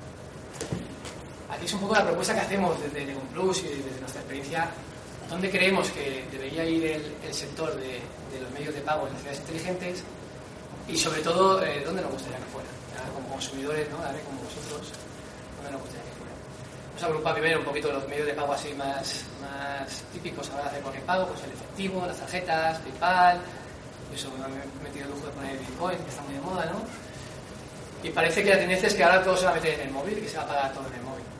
Aquí es un poco la propuesta que hacemos desde Lecom Plus y desde nuestra experiencia. ¿Dónde creemos que debería ir el, el sector de, de los medios de pago en las ciudades inteligentes? Y sobre todo, eh, ¿dónde nos gustaría que fuera? ¿Vale? Como consumidores, ¿no? ¿Vale? Como vosotros, ¿dónde nos gustaría que fuera? Vamos a agrupar primero un poquito los medios de pago así más, más típicos a la hora de hacer cualquier pago, pues el efectivo, las tarjetas, PayPal. Eso me he metido el lujo de poner el Bitcoin, que está muy de moda, ¿no? Y parece que la tendencia es que ahora todo se va a meter en el móvil y que se va a pagar todo en el móvil.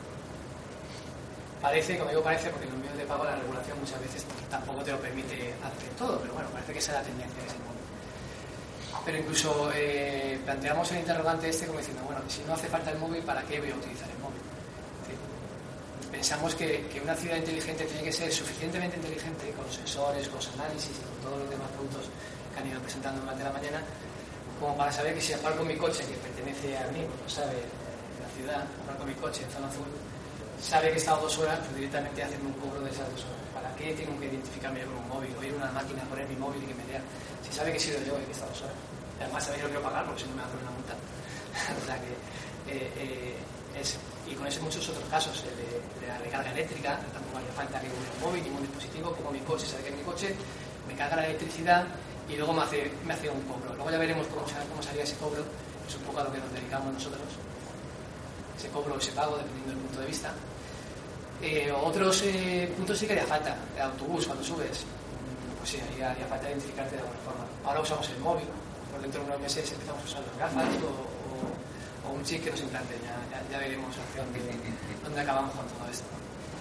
Parece, como digo parece, porque en los medios de pago la regulación muchas veces tampoco te lo permite hacer todo, pero bueno, parece que esa es la tendencia, que es el móvil. Pero incluso eh, planteamos el interrogante este como diciendo, bueno, si no hace falta el móvil, ¿para qué voy a utilizar el móvil? Es decir, pensamos que, que una ciudad inteligente tiene que ser suficientemente inteligente con los sensores, con los análisis y con todos los demás productos que han ido presentando durante la mañana, como para saber que si aparco mi coche, que pertenece a mí, lo sabe la ciudad, aparco mi coche en zona azul, sabe que he estado dos horas, pues directamente hacerme un cobro de esas dos horas. ¿Para qué tengo que identificarme con un móvil o ir a una máquina a poner mi móvil y que me lea? Si sabe que he sido yo y que he estado dos horas. Además, sabe que lo quiero pagar porque si no me va a poner una multa. O sea que eh, eh, es, y con eso muchos otros casos, el de, de la recarga eléctrica, tampoco hace falta que un móvil ni un dispositivo, como mi coche, sabe que mi coche me carga la electricidad y luego me hace, me hace un cobro. Luego ya veremos cómo, cómo salía ese cobro, es un poco a lo que nos dedicamos nosotros, ese cobro o ese pago, dependiendo del punto de vista. Eh, otros eh, puntos sí que haría falta, el autobús cuando subes, pues sí, haría, haría falta identificarte de alguna forma. Ahora usamos el móvil, por dentro de unos meses empezamos a usar las gafas o, o, o un chip que nos implante, ya, ya, ya veremos hacia dónde, dónde acabamos con todo esto.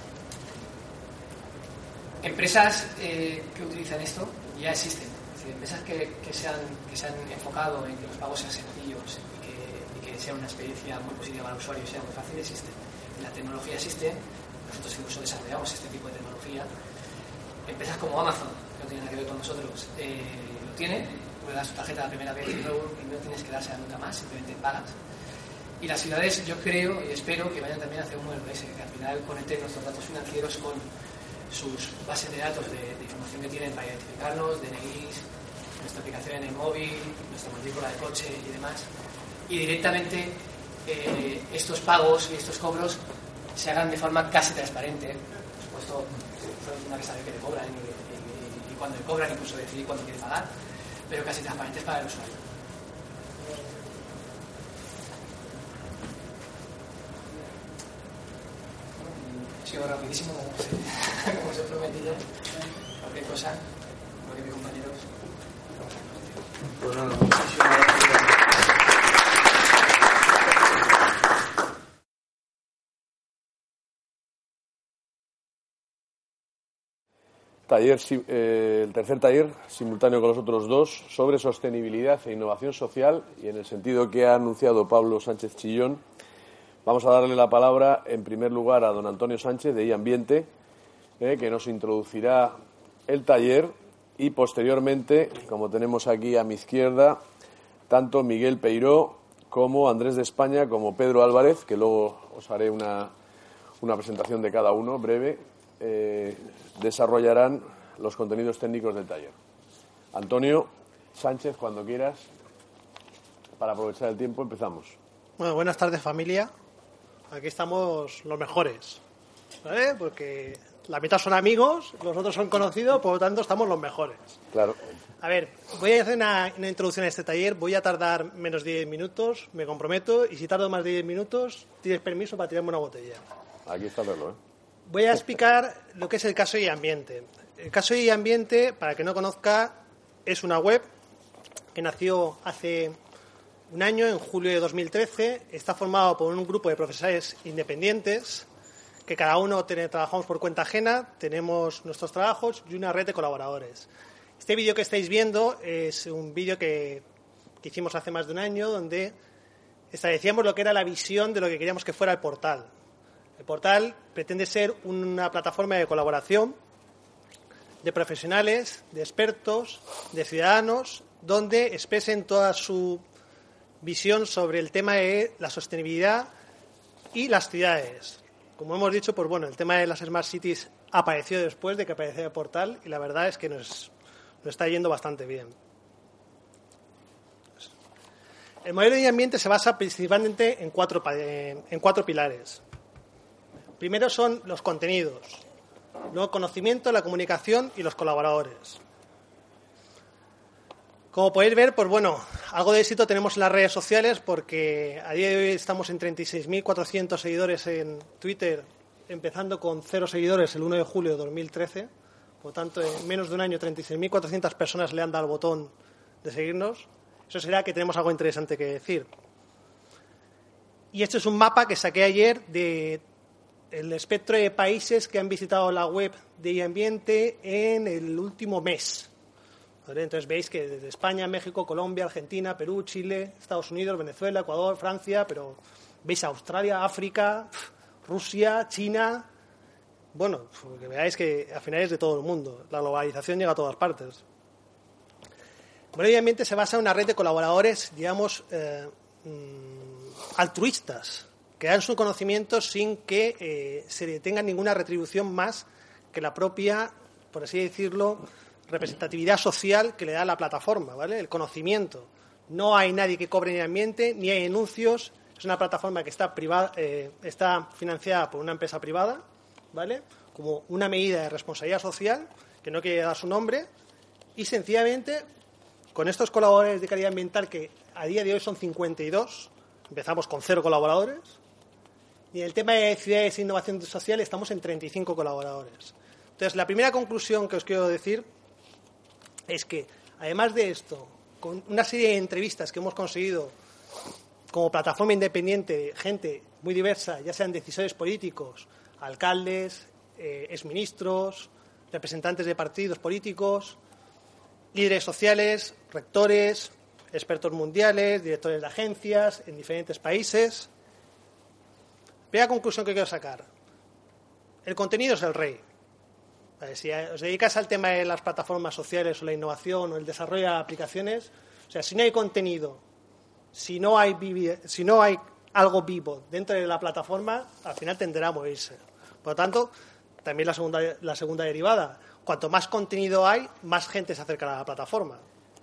Empresas eh, que utilizan esto ya existen. Empresas que, que, se han, que se han enfocado en que los pagos sean sencillos y que, y que sea una experiencia muy positiva para el usuario y sea muy fácil, existen. La tecnología existe, nosotros incluso desarrollamos este tipo de tecnología. Empresas como Amazon, que no tienen nada que ver con nosotros, eh, lo tienen, le das tu tarjeta la primera vez y no, y no tienes que dársela nunca más, simplemente pagas. Y las ciudades, yo creo y espero que vayan también a hacer un R S, que al final conecten nuestros datos financieros con sus bases de datos de, de información que tienen para identificarnos, D N Is, nuestra aplicación en el móvil, nuestra matrícula de coche y demás, y directamente eh, estos pagos y estos cobros se hagan de forma casi transparente. Por supuesto, solo tiene que saber que le cobran y, y, y cuándo le cobran, incluso decidir cuándo quiere pagar, pero casi transparentes para el usuario. He sido rapidísimo, como os, como os he prometido. Cualquier cosa, porque mis compañeros. Pues nada, muchísimas gracias. Taller, eh, el tercer taller, simultáneo con los otros dos, sobre sostenibilidad e innovación social, y en el sentido que ha anunciado Pablo Sánchez Chillón, vamos a darle la palabra en primer lugar a don Antonio Sánchez de iAmbiente, eh, que nos introducirá el taller, y posteriormente, como tenemos aquí a mi izquierda, tanto Miguel Peiró como Andrés de España como Pedro Álvarez, que luego os haré una, una presentación de cada uno breve, eh, desarrollarán los contenidos técnicos del taller. Antonio Sánchez, cuando quieras, para aprovechar el tiempo, empezamos. Bueno, buenas tardes, familia. Aquí estamos los mejores, ¿vale? Porque la mitad son amigos, los otros son conocidos, por lo tanto estamos los mejores. Claro. A ver, voy a hacer una, una introducción a este taller, voy a tardar menos de diez minutos, me comprometo, y si tardo más de diez minutos, tienes permiso para tirarme una botella. Aquí está verlo, ¿eh? Voy a explicar lo que es el caso y ambiente. El caso y ambiente, para que no conozca, es una web que nació hace un año, en julio de dos mil trece. Está formado por un grupo de profesionales independientes que cada uno tiene, trabajamos por cuenta ajena, tenemos nuestros trabajos y una red de colaboradores. Este vídeo que estáis viendo es un vídeo que, que hicimos hace más de un año, donde establecíamos lo que era la visión de lo que queríamos que fuera el portal. El portal pretende ser una plataforma de colaboración de profesionales, de expertos, de ciudadanos, donde expresen toda su visión sobre el tema de la sostenibilidad y las ciudades. Como hemos dicho, pues bueno, el tema de las Smart Cities apareció después de que apareciera el portal y la verdad es que nos, nos está yendo bastante bien. El modelo de ambiente se basa principalmente en cuatro, en cuatro pilares. Primero son los contenidos, luego el conocimiento, la comunicación y los colaboradores. Como podéis ver, pues bueno, algo de éxito tenemos en las redes sociales porque a día de hoy estamos en treinta y seis mil cuatrocientos seguidores en Twitter, empezando con cero seguidores el uno de julio de dos mil trece. Por lo tanto, en menos de un año, treinta y seis mil cuatrocientas personas le han dado al botón de seguirnos. Eso será que tenemos algo interesante que decir. Y este es un mapa que saqué ayer de el espectro de países que han visitado la web de Ambiente en el último mes. ¿Vale? Entonces veis que desde España, México, Colombia, Argentina, Perú, Chile, Estados Unidos, Venezuela, Ecuador, Francia, pero veis Australia, África, Rusia, China. Bueno, que veáis que al final es de todo el mundo. La globalización llega a todas partes. Bueno, Ambiente se basa en una red de colaboradores, digamos, eh, altruistas, que dan su conocimiento sin que eh, se le tenga ninguna retribución más que la propia, por así decirlo, representatividad social que le da la plataforma, ¿vale? El conocimiento. No hay nadie que cobre en el ambiente, ni hay anuncios. Es una plataforma que está privada, eh, está financiada por una empresa privada, ¿vale? Como una medida de responsabilidad social, que no quiere dar su nombre, y sencillamente, con estos colaboradores de calidad ambiental, que a día de hoy son cincuenta y dos, empezamos con cero colaboradores, y en el tema de ciudades e innovación social estamos en treinta y cinco colaboradores. Entonces, la primera conclusión que os quiero decir es que, además de esto, con una serie de entrevistas que hemos conseguido como plataforma independiente, gente muy diversa, ya sean decisores políticos, alcaldes, eh, exministros, representantes de partidos políticos, líderes sociales, rectores, expertos mundiales, directores de agencias en diferentes países. Primera conclusión que quiero sacar. El contenido es el rey. Vale, si os dedicas al tema de las plataformas sociales o la innovación o el desarrollo de aplicaciones, o sea, si no hay contenido, si no hay, vivi- si no hay algo vivo dentro de la plataforma, al final tenderá a morirse. Por lo tanto, también la segunda, la segunda derivada. Cuanto más contenido hay, más gente se acercará a la plataforma.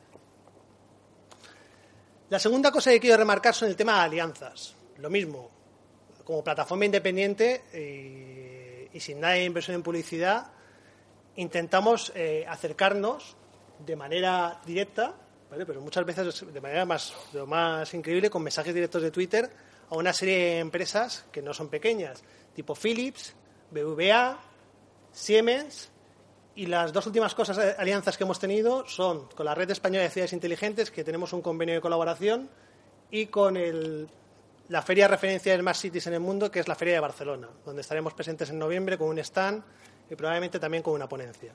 La segunda cosa que quiero remarcar son el tema de alianzas. Lo mismo, como plataforma independiente eh, y sin nada de inversión en publicidad, intentamos eh, acercarnos de manera directa, ¿vale? Pero muchas veces de manera más, de lo más increíble, con mensajes directos de Twitter, a una serie de empresas que no son pequeñas, tipo Philips, B B V A, Siemens. Y las dos últimas cosas, alianzas que hemos tenido son con la Red Española de Ciudades Inteligentes, que tenemos un convenio de colaboración, y con el, la Feria de Referencia de Smart Cities en el Mundo, que es la Feria de Barcelona, donde estaremos presentes en noviembre con un stand y probablemente también con una ponencia.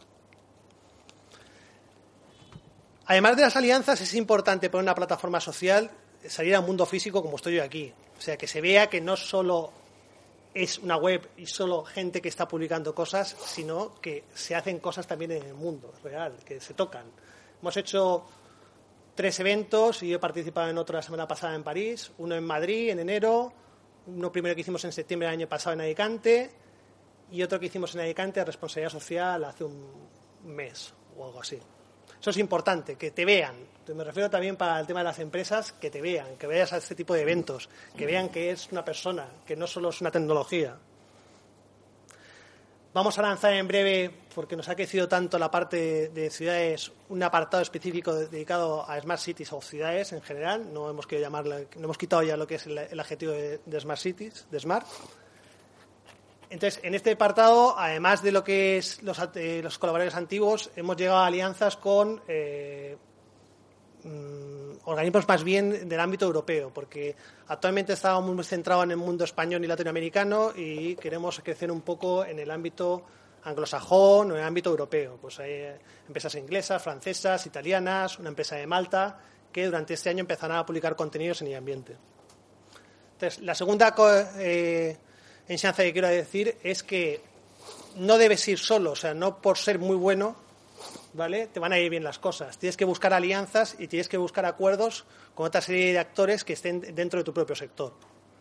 Además de las alianzas, es importante poner una plataforma social, salir al mundo físico como estoy yo aquí. O sea, que se vea que no solo es una web y solo gente que está publicando cosas, sino que se hacen cosas también en el mundo real, que se tocan. Hemos hecho tres eventos y yo he participado en otro la semana pasada en París, uno en Madrid en enero, uno primero que hicimos en septiembre del año pasado en Alicante y otro que hicimos en Alicante de responsabilidad social hace un mes o algo así. Eso es importante, que te vean. Me refiero también para el tema de las empresas, que te vean, que veas a este tipo de eventos, que vean que es una persona, que no solo es una tecnología. Vamos a lanzar en breve, porque nos ha crecido tanto la parte de ciudades, un apartado específico dedicado a Smart Cities o ciudades en general. No hemos querido llamarla, no hemos quitado ya lo que es el, el adjetivo de, de Smart Cities, de Smart. Entonces, en este apartado, además de lo que es los, eh, los colaboradores antiguos, hemos llegado a alianzas con eh, mmm, organismos más bien del ámbito europeo, porque actualmente estábamos muy centrados en el mundo español y latinoamericano y queremos crecer un poco en el ámbito anglosajón o en el ámbito europeo. Pues hay empresas inglesas, francesas, italianas, una empresa de Malta, que durante este año empezarán a publicar contenidos en e-ambiente. Entonces, la segunda eh, enseñanza que quiero decir es que no debes ir solo, o sea, no por ser muy bueno, ¿vale?, te van a ir bien las cosas. Tienes que buscar alianzas y tienes que buscar acuerdos con otra serie de actores que estén dentro de tu propio sector.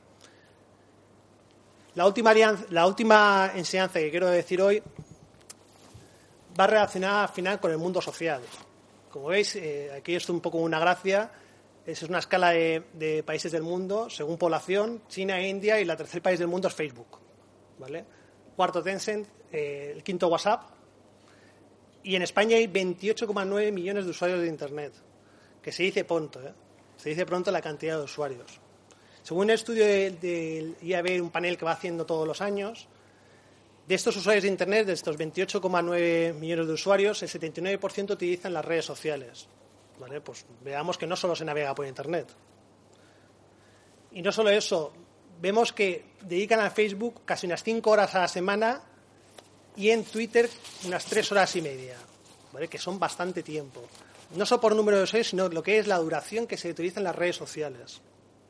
La última, alianza, la última enseñanza que quiero decir hoy va relacionada al final con el mundo social. Como veis, eh, aquí es un poco una gracia. Es una escala de, de países del mundo según población: China e India, y el tercer país del mundo es Facebook, ¿vale? Cuarto Tencent, eh, el quinto WhatsApp. Y en España hay veintiocho coma nueve millones de usuarios de Internet, que se dice pronto, ¿eh? Se dice pronto la cantidad de usuarios. Según el estudio del de I A B, un panel que va haciendo todos los años, de estos usuarios de Internet, de estos veintiocho coma nueve millones de usuarios, el setenta y nueve por ciento utilizan las redes sociales, ¿vale? Pues veamos que no solo se navega por Internet. Y no solo eso, vemos que dedican a Facebook casi unas cinco horas a la semana y en Twitter unas tres horas y media, ¿vale?, que son bastante tiempo. No solo por número de usuarios, sino lo que es la duración que se utiliza en las redes sociales.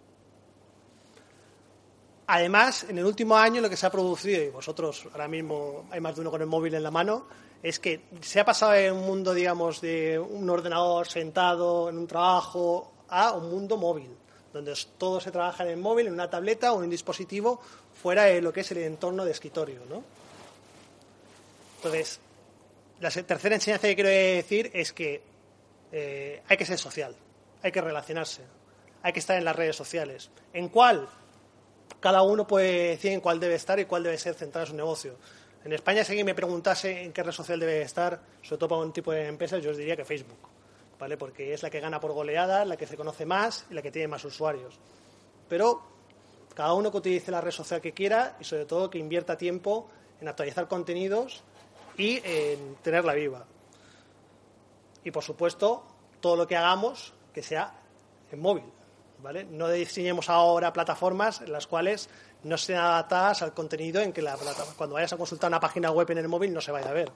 Además, en el último año lo que se ha producido, y vosotros ahora mismo hay más de uno con el móvil en la mano, es que se ha pasado de un mundo, digamos, de un ordenador sentado en un trabajo a un mundo móvil, donde todo se trabaja en el móvil, en una tableta o en un dispositivo fuera de lo que es el entorno de escritorio, ¿no? Entonces, la tercera enseñanza que quiero decir es que eh, hay que ser social, hay que relacionarse, hay que estar en las redes sociales. ¿En cuál? Cada uno puede decir en cuál debe estar y cuál debe ser centrado en su negocio. En España, si alguien me preguntase en qué red social debe estar, sobre todo para un tipo de empresas, yo os diría que Facebook, ¿vale?, porque es la que gana por goleada, la que se conoce más y la que tiene más usuarios. Pero cada uno que utilice la red social que quiera y, sobre todo, que invierta tiempo en actualizar contenidos y en tenerla viva. Y, por supuesto, todo lo que hagamos que sea en móvil, ¿vale? No diseñemos ahora plataformas en las cuales no sean adaptadas al contenido, en que la plataforma, cuando vayas a consultar una página web en el móvil, no se vaya a ver.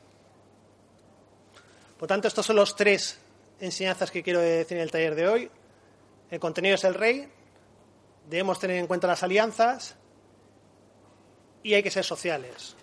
Por tanto, estos son los tres enseñanzas que quiero decir en el taller de hoy. El contenido es el rey, debemos tener en cuenta las alianzas y hay que ser sociales.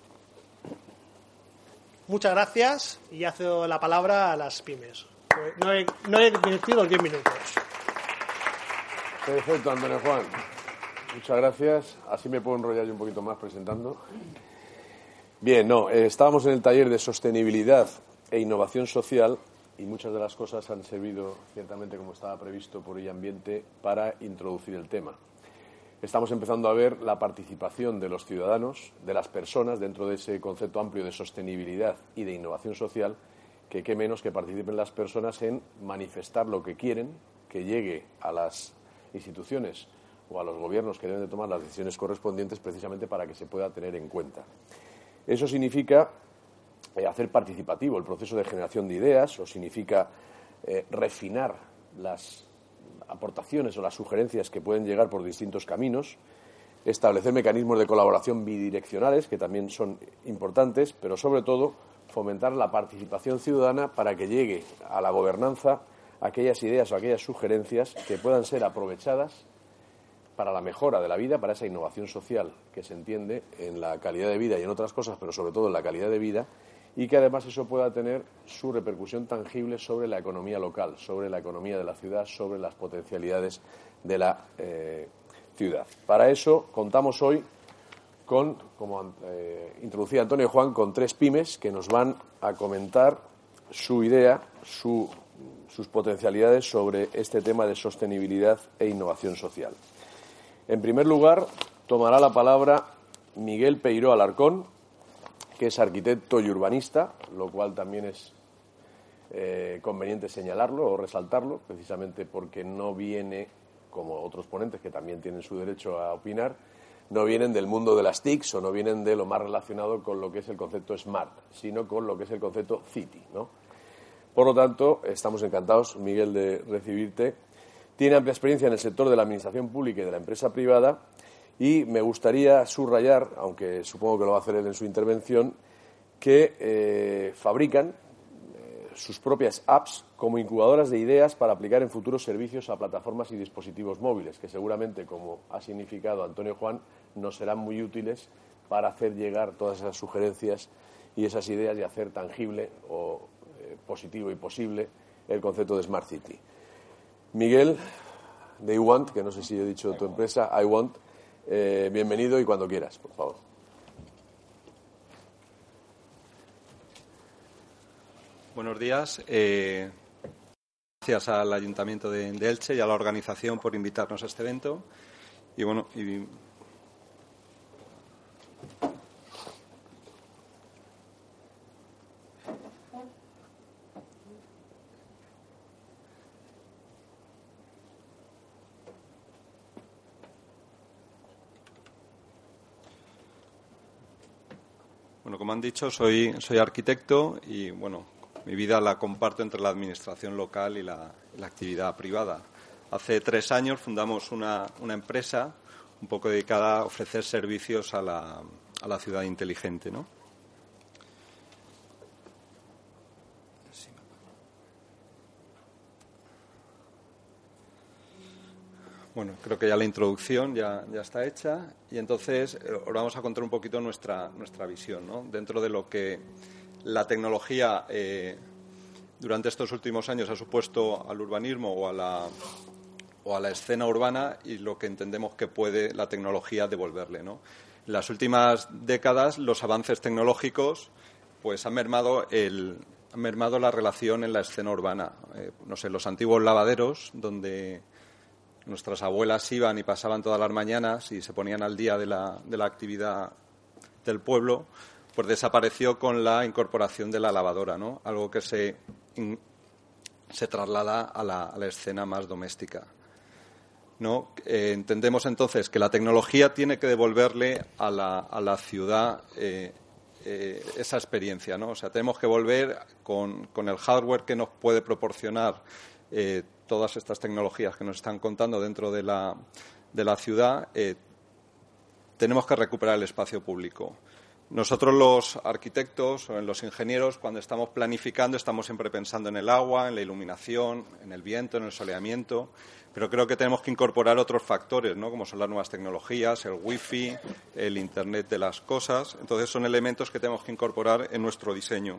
Muchas gracias y ya cedo la palabra a las pymes. No he, no he invertido los diez minutos. Perfecto, Antonio Juan. Muchas gracias. Así me puedo enrollar yo un poquito más presentando. Bien, no, eh, estábamos en el taller de sostenibilidad e innovación social y muchas de las cosas han servido, ciertamente, como estaba previsto por e-ambiente, para introducir el tema. Estamos empezando a ver la participación de los ciudadanos, de las personas, dentro de ese concepto amplio de sostenibilidad y de innovación social, que qué menos que participen las personas en manifestar lo que quieren, que llegue a las instituciones o a los gobiernos que deben de tomar las decisiones correspondientes, precisamente para que se pueda tener en cuenta. Eso significa eh, hacer participativo el proceso de generación de ideas, o significa eh, refinar las aportaciones o las sugerencias que pueden llegar por distintos caminos, establecer mecanismos de colaboración bidireccionales, que también son importantes, pero sobre todo fomentar la participación ciudadana para que llegue a la gobernanza aquellas ideas o aquellas sugerencias que puedan ser aprovechadas para la mejora de la vida, para esa innovación social que se entiende en la calidad de vida y en otras cosas, pero sobre todo en la calidad de vida, y que además eso pueda tener su repercusión tangible sobre la economía local, sobre la economía de la ciudad, sobre las potencialidades de la eh, ciudad. Para eso contamos hoy con, como eh, introducía Antonio Juan, con tres pymes que nos van a comentar su idea, su, sus potencialidades sobre este tema de sostenibilidad e innovación social. En primer lugar, tomará la palabra Miguel Peiró Alarcón. que es arquitecto y urbanista, lo cual también es eh, conveniente señalarlo o resaltarlo, precisamente porque no viene, como otros ponentes que también tienen su derecho a opinar, no vienen del mundo de las T I Cs o no vienen de lo más relacionado con lo que es el concepto Smart, sino con lo que es el concepto City, ¿no? Por lo tanto, estamos encantados, Miguel, de recibirte. Tiene amplia experiencia en el sector de la administración pública y de la empresa privada y me gustaría subrayar, aunque supongo que lo va a hacer él en su intervención, que eh, fabrican eh, sus propias apps como incubadoras de ideas para aplicar en futuros servicios a plataformas y dispositivos móviles, que seguramente, como ha significado Antonio Juan, nos serán muy útiles para hacer llegar todas esas sugerencias y esas ideas y hacer tangible o eh, positivo y posible el concepto de Smart City. Miguel, de iWant, que no sé si he dicho tu empresa, iWant, eh, bienvenido y cuando quieras, por favor. Buenos días. Eh, gracias al Ayuntamiento de, de Elche y a la organización por invitarnos a este evento. Y bueno, y Bueno, como han dicho, soy, soy arquitecto y, bueno, mi vida la comparto entre la administración local y la, y la actividad privada. Hace tres años fundamos una, una empresa un poco dedicada a ofrecer servicios a la, a la ciudad inteligente, ¿no? Bueno, creo que ya la introducción ya, ya está hecha y entonces eh, os vamos a contar un poquito nuestra, nuestra visión, ¿no? Dentro de lo que la tecnología eh, durante estos últimos años ha supuesto al urbanismo o a la, o a la escena urbana y lo que entendemos que puede la tecnología devolverle, ¿no? En las últimas décadas los avances tecnológicos pues han mermado, el, han mermado la relación en la escena urbana. Eh, no sé, los antiguos lavaderos donde nuestras abuelas iban y pasaban todas las mañanas y se ponían al día de la, de la actividad del pueblo, pues desapareció con la incorporación de la lavadora, ¿no? Algo que se, in, se traslada a la, a la escena más doméstica, ¿no? Eh, entendemos entonces que la tecnología tiene que devolverle a la, a la ciudad eh, eh, esa experiencia, ¿no? O sea, tenemos que volver con, con el hardware que nos puede proporcionar eh, todas estas tecnologías que nos están contando dentro de la, de la ciudad, eh, tenemos que recuperar el espacio público. Nosotros los arquitectos o los ingenieros, cuando estamos planificando, estamos siempre pensando en el agua, en la iluminación, en el viento, en el soleamiento, pero creo que tenemos que incorporar otros factores, ¿no? Como son las nuevas tecnologías, el wifi, el Internet de las cosas. Entonces son elementos que tenemos que incorporar en nuestro diseño.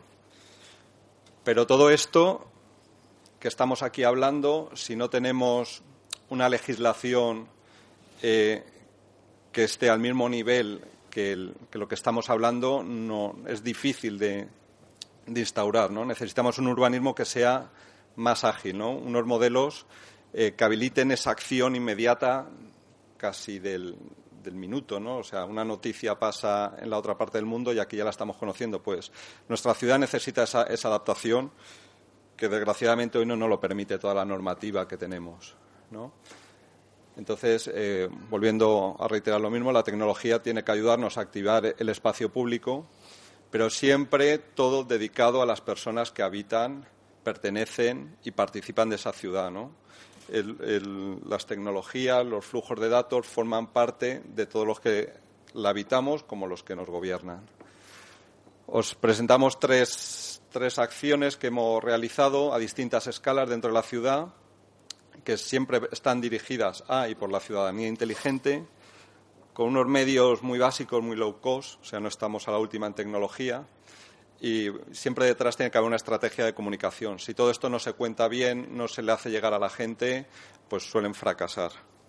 Pero todo esto que estamos aquí hablando, si no tenemos una legislación eh, que esté al mismo nivel que, el, que lo que estamos hablando, no es difícil de, de instaurar, ¿no? Necesitamos un urbanismo que sea más ágil, ¿no? Unos modelos eh, que habiliten esa acción inmediata casi del, del minuto, ¿no? O sea, una noticia pasa en la otra parte del mundo y aquí ya la estamos conociendo. Pues nuestra ciudad necesita esa, esa adaptación que desgraciadamente hoy no nos lo permite toda la normativa que tenemos, ¿no? Entonces, eh, volviendo a reiterar lo mismo, la tecnología tiene que ayudarnos a activar el espacio público, pero siempre todo dedicado a las personas que habitan, pertenecen y participan de esa ciudad, ¿no? El, el, las tecnologías, los flujos de datos forman parte de todos los que la habitamos como los que nos gobiernan. Os presentamos tres, tres acciones que hemos realizado a distintas escalas dentro de la ciudad, que siempre están dirigidas a y por la ciudadanía inteligente, con unos medios muy básicos, muy low cost, o sea, no estamos a la última en tecnología, y siempre detrás tiene que haber una estrategia de comunicación. Si todo esto no se cuenta bien, no se le hace llegar a la gente, pues suelen fracasar.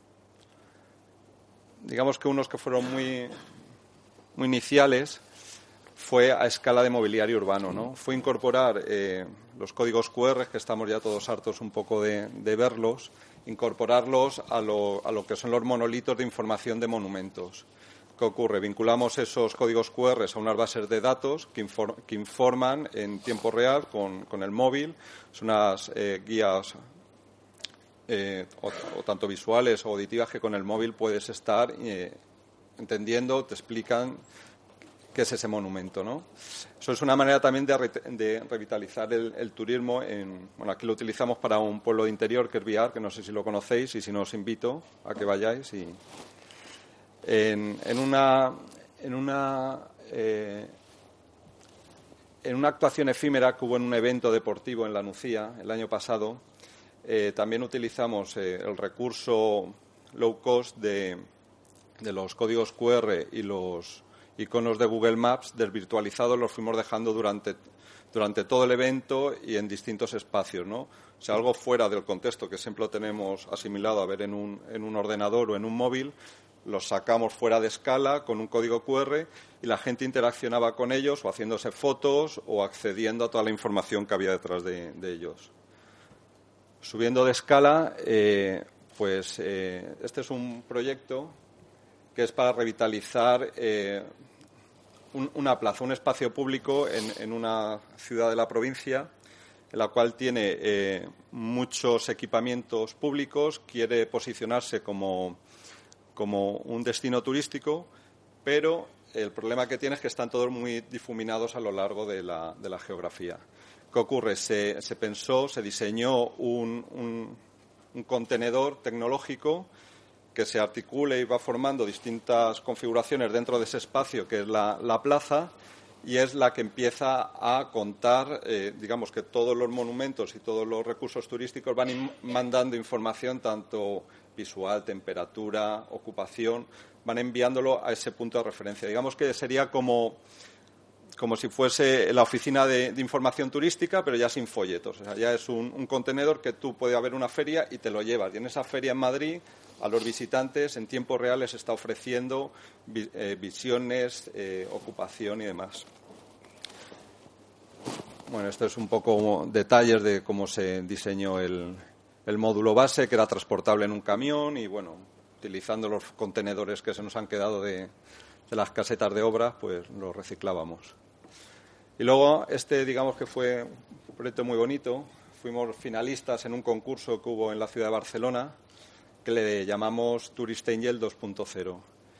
Digamos que unos que fueron muy, muy iniciales fue a escala de mobiliario urbano, ¿no? Fue incorporar eh, los códigos cu erre, que estamos ya todos hartos un poco de, de verlos, incorporarlos a lo, a lo que son los monolitos de información de monumentos. ¿Qué ocurre? Vinculamos esos códigos cu erre a unas bases de datos que, infor que informan en tiempo real con, con el móvil. Son unas eh, guías eh, o, o tanto visuales o auditivas que con el móvil puedes estar eh, entendiendo, te explican qué es ese monumento, ¿no? Eso es una manera también de, re de revitalizar el, el turismo. En, bueno, aquí lo utilizamos para un pueblo de interior que es Biar, que no sé si lo conocéis, y si no os invito a que vayáis. Y en, en una, en una, eh, en una actuación efímera que hubo en un evento deportivo en La Nucía el año pasado, eh, también utilizamos eh, el recurso low cost de, de los códigos cu erre y los iconos de Google Maps desvirtualizados, los fuimos dejando durante, durante todo el evento y en distintos espacios, ¿no? O sea, algo fuera del contexto que siempre lo tenemos asimilado a ver en un, en un ordenador o en un móvil, los sacamos fuera de escala con un código cu erre y la gente interaccionaba con ellos o haciéndose fotos o accediendo a toda la información que había detrás de, de ellos. Subiendo de escala, eh, pues eh, este es un proyecto que es para revitalizar eh, un, una plaza, un espacio público en, en una ciudad de la provincia, en la cual tiene eh, muchos equipamientos públicos, quiere posicionarse como, como un destino turístico, pero el problema que tiene es que están todos muy difuminados a lo largo de la, de la geografía. ¿Qué ocurre? Se, se pensó, se diseñó un, un, un contenedor tecnológico que se articule y va formando distintas configuraciones dentro de ese espacio que es la, la plaza, y es la que empieza a contar, eh, digamos que todos los monumentos y todos los recursos turísticos van in, mandando información tanto visual, temperatura, ocupación, van enviándolo a ese punto de referencia. Digamos que sería como, como si fuese la oficina de, de información turística, pero ya sin folletos. O sea, ya es un, un contenedor que tú puedes haber una feria y te lo llevas. Y en esa feria en Madrid, a los visitantes en tiempo real les está ofreciendo vi, eh, visiones, eh, ocupación y demás. Bueno, esto es un poco detalles de cómo se diseñó el, el módulo base, que era transportable en un camión y, bueno, utilizando los contenedores que se nos han quedado de, de las casetas de obras, pues los reciclábamos. Y luego este, digamos que fue un proyecto muy bonito. Fuimos finalistas en un concurso que hubo en la ciudad de Barcelona, que le llamamos Tourist Angel dos punto cero.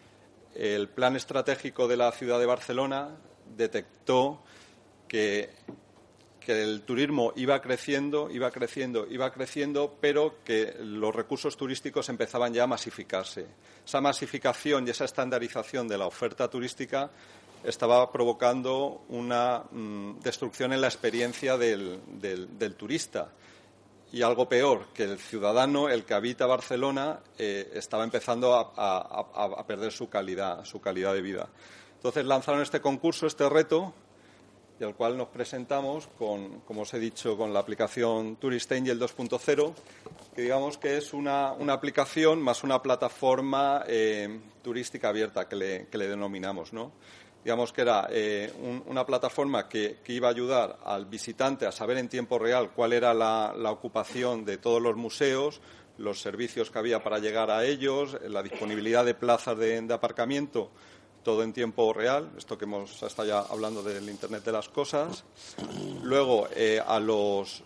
El plan estratégico de la ciudad de Barcelona detectó que, que el turismo iba creciendo, iba creciendo, iba creciendo, pero que los recursos turísticos empezaban ya a masificarse. Esa masificación y esa estandarización de la oferta turística estaba provocando una mmm, destrucción en la experiencia del, del, del turista. Y algo peor, que el ciudadano, el que habita Barcelona, eh, estaba empezando a, a, a perder su calidad, su calidad de vida. Entonces lanzaron este concurso, este reto, y al cual nos presentamos con, como os he dicho, con la aplicación Tourist Angel dos punto cero, que digamos que es una, una aplicación más una plataforma eh, turística abierta que le, que le denominamos, ¿no? Digamos que era eh, un, una plataforma que, que iba a ayudar al visitante a saber en tiempo real cuál era la, la ocupación de todos los museos, los servicios que había para llegar a ellos, la disponibilidad de plazas de, de aparcamiento, todo en tiempo real, esto que hemos estado ya hablando del Internet de las cosas. Luego, eh, a, los,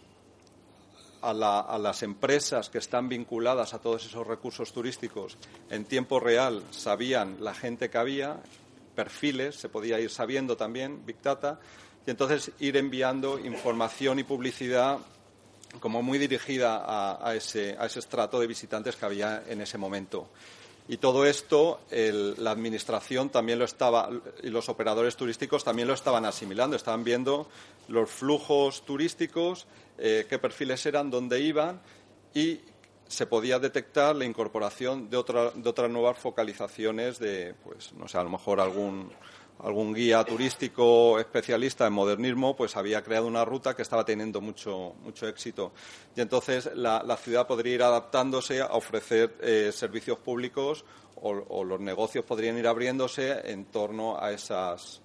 a, la, a las empresas que están vinculadas a todos esos recursos turísticos, en tiempo real sabían la gente que había, perfiles, se podía ir sabiendo también, Big Data, y entonces ir enviando información y publicidad como muy dirigida a, a, ese, a ese estrato de visitantes que había en ese momento. Y todo esto, el, la Administración también lo estaba, y los operadores turísticos también lo estaban asimilando, estaban viendo los flujos turísticos, eh, qué perfiles eran, dónde iban, y se podía detectar la incorporación de, otra, de otras nuevas focalizaciones de, pues, no sé, a lo mejor algún, algún guía turístico especialista en modernismo, pues había creado una ruta que estaba teniendo mucho, mucho éxito. Y entonces la, la ciudad podría ir adaptándose a ofrecer eh, servicios públicos o, o los negocios podrían ir abriéndose en torno a esas,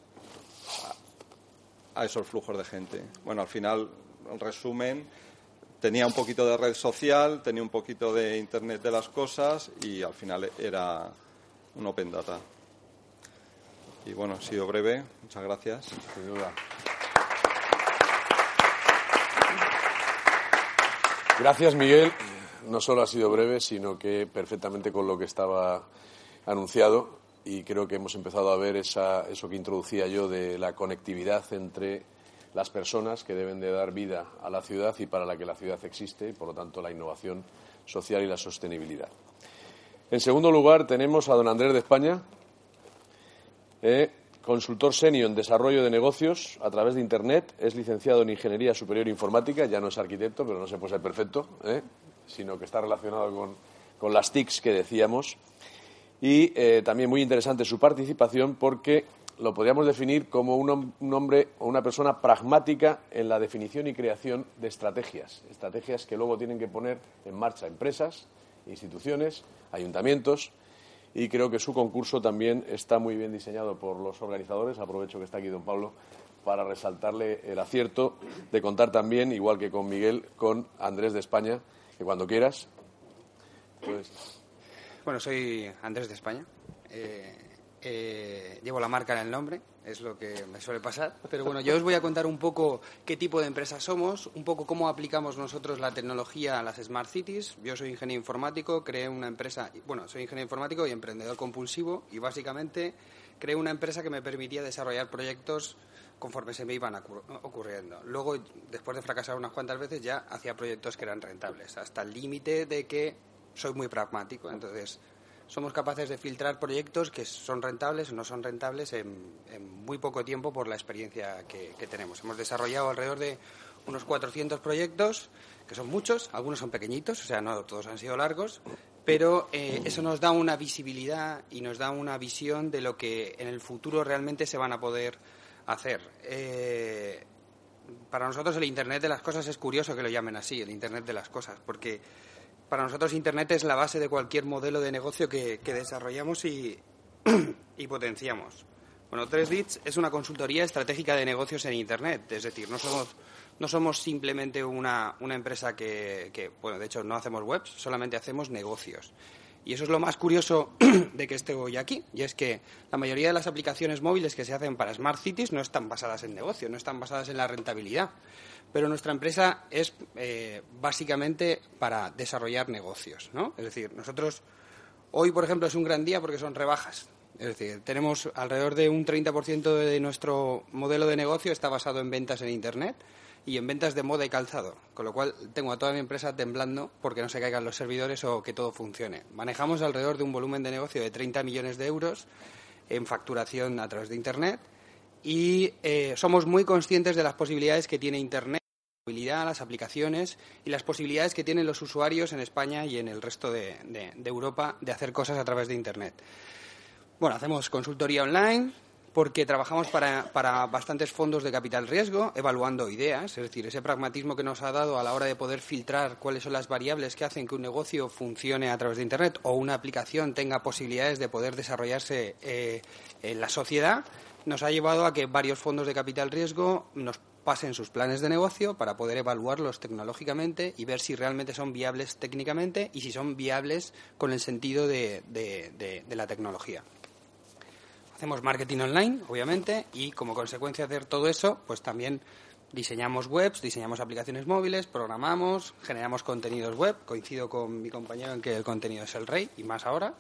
a, a esos flujos de gente. Bueno, al final, en resumen, tenía un poquito de red social, tenía un poquito de Internet de las cosas y al final era un Open Data. Y bueno, ha sido breve. Muchas gracias. Sin duda. Gracias, Miguel. No solo ha sido breve, sino que perfectamente con lo que estaba anunciado, y creo que hemos empezado a ver esa, eso que introducía yo de la conectividad entre las personas que deben de dar vida a la ciudad y para la que la ciudad existe, y por lo tanto la innovación social y la sostenibilidad. En segundo lugar tenemos a don Andrés de España, eh, consultor senior en desarrollo de negocios a través de Internet, es licenciado en Ingeniería Superior Informática, ya no es arquitecto, pero no se puede ser perfecto, eh, sino que está relacionado con, con las T I Cs que decíamos. Y eh, también muy interesante su participación porque lo podríamos definir como un, un hombre o una persona pragmática en la definición y creación de estrategias, estrategias que luego tienen que poner en marcha empresas, instituciones, ayuntamientos, y creo que su concurso también está muy bien diseñado por los organizadores. Aprovecho que está aquí don Pablo para resaltarle el acierto de contar también, igual que con Miguel, con Andrés de España, que cuando quieras. Pues... Bueno, soy Andrés de España. Eh, eh, llevo la marca en el nombre, es lo que me suele pasar. Pero bueno, yo os voy a contar un poco qué tipo de empresa somos, un poco cómo aplicamos nosotros la tecnología a las Smart Cities. Yo soy ingeniero informático, creé una empresa, bueno, soy ingeniero informático y emprendedor compulsivo, y básicamente creé una empresa que me permitía desarrollar proyectos conforme se me iban ocurriendo. Luego, después de fracasar unas cuantas veces, ya hacía proyectos que eran rentables, hasta el límite de que soy muy pragmático. Entonces, somos capaces de filtrar proyectos que son rentables o no son rentables en, en muy poco tiempo por la experiencia que, que tenemos. Hemos desarrollado alrededor de unos cuatrocientos proyectos, que son muchos, algunos son pequeñitos, o sea, no todos han sido largos, pero eh, eso nos da una visibilidad y nos da una visión de lo que en el futuro realmente se van a poder hacer. Eh, para nosotros el Internet de las cosas es curioso que lo llamen así, el Internet de las cosas, porque para nosotros Internet es la base de cualquier modelo de negocio que, que desarrollamos y, y potenciamos. Bueno, tres bits es una consultoría estratégica de negocios en Internet, es decir, no somos, no somos simplemente una, una empresa que, que, bueno, de hecho no hacemos webs, solamente hacemos negocios. Y eso es lo más curioso de que esté hoy aquí, y es que la mayoría de las aplicaciones móviles que se hacen para Smart Cities no están basadas en negocio, no están basadas en la rentabilidad. Pero nuestra empresa es eh, básicamente para desarrollar negocios, ¿no? Es decir, nosotros hoy, por ejemplo, es un gran día porque son rebajas. Es decir, tenemos alrededor de un treinta por ciento de nuestro modelo de negocio está basado en ventas en Internet y en ventas de moda y calzado, con lo cual tengo a toda mi empresa temblando porque no se caigan los servidores o que todo funcione. Manejamos alrededor de un volumen de negocio de treinta millones de euros en facturación a través de Internet y eh, somos muy conscientes de las posibilidades que tiene Internet, la movilidad, las aplicaciones y las posibilidades que tienen los usuarios en España y en el resto de, de, de Europa de hacer cosas a través de Internet. Bueno, hacemos consultoría online porque trabajamos para, para bastantes fondos de capital riesgo, evaluando ideas, es decir, ese pragmatismo que nos ha dado a la hora de poder filtrar cuáles son las variables que hacen que un negocio funcione a través de Internet o una aplicación tenga posibilidades de poder desarrollarse eh, en la sociedad, nos ha llevado a que varios fondos de capital riesgo nos pasen sus planes de negocio para poder evaluarlos tecnológicamente y ver si realmente son viables técnicamente y si son viables con el sentido de, de, de, de la tecnología. Hacemos marketing online, obviamente, y como consecuencia de hacer todo eso, pues también diseñamos webs, diseñamos aplicaciones móviles, programamos, generamos contenidos web. Coincido con mi compañero en que el contenido es el rey, y más ahora.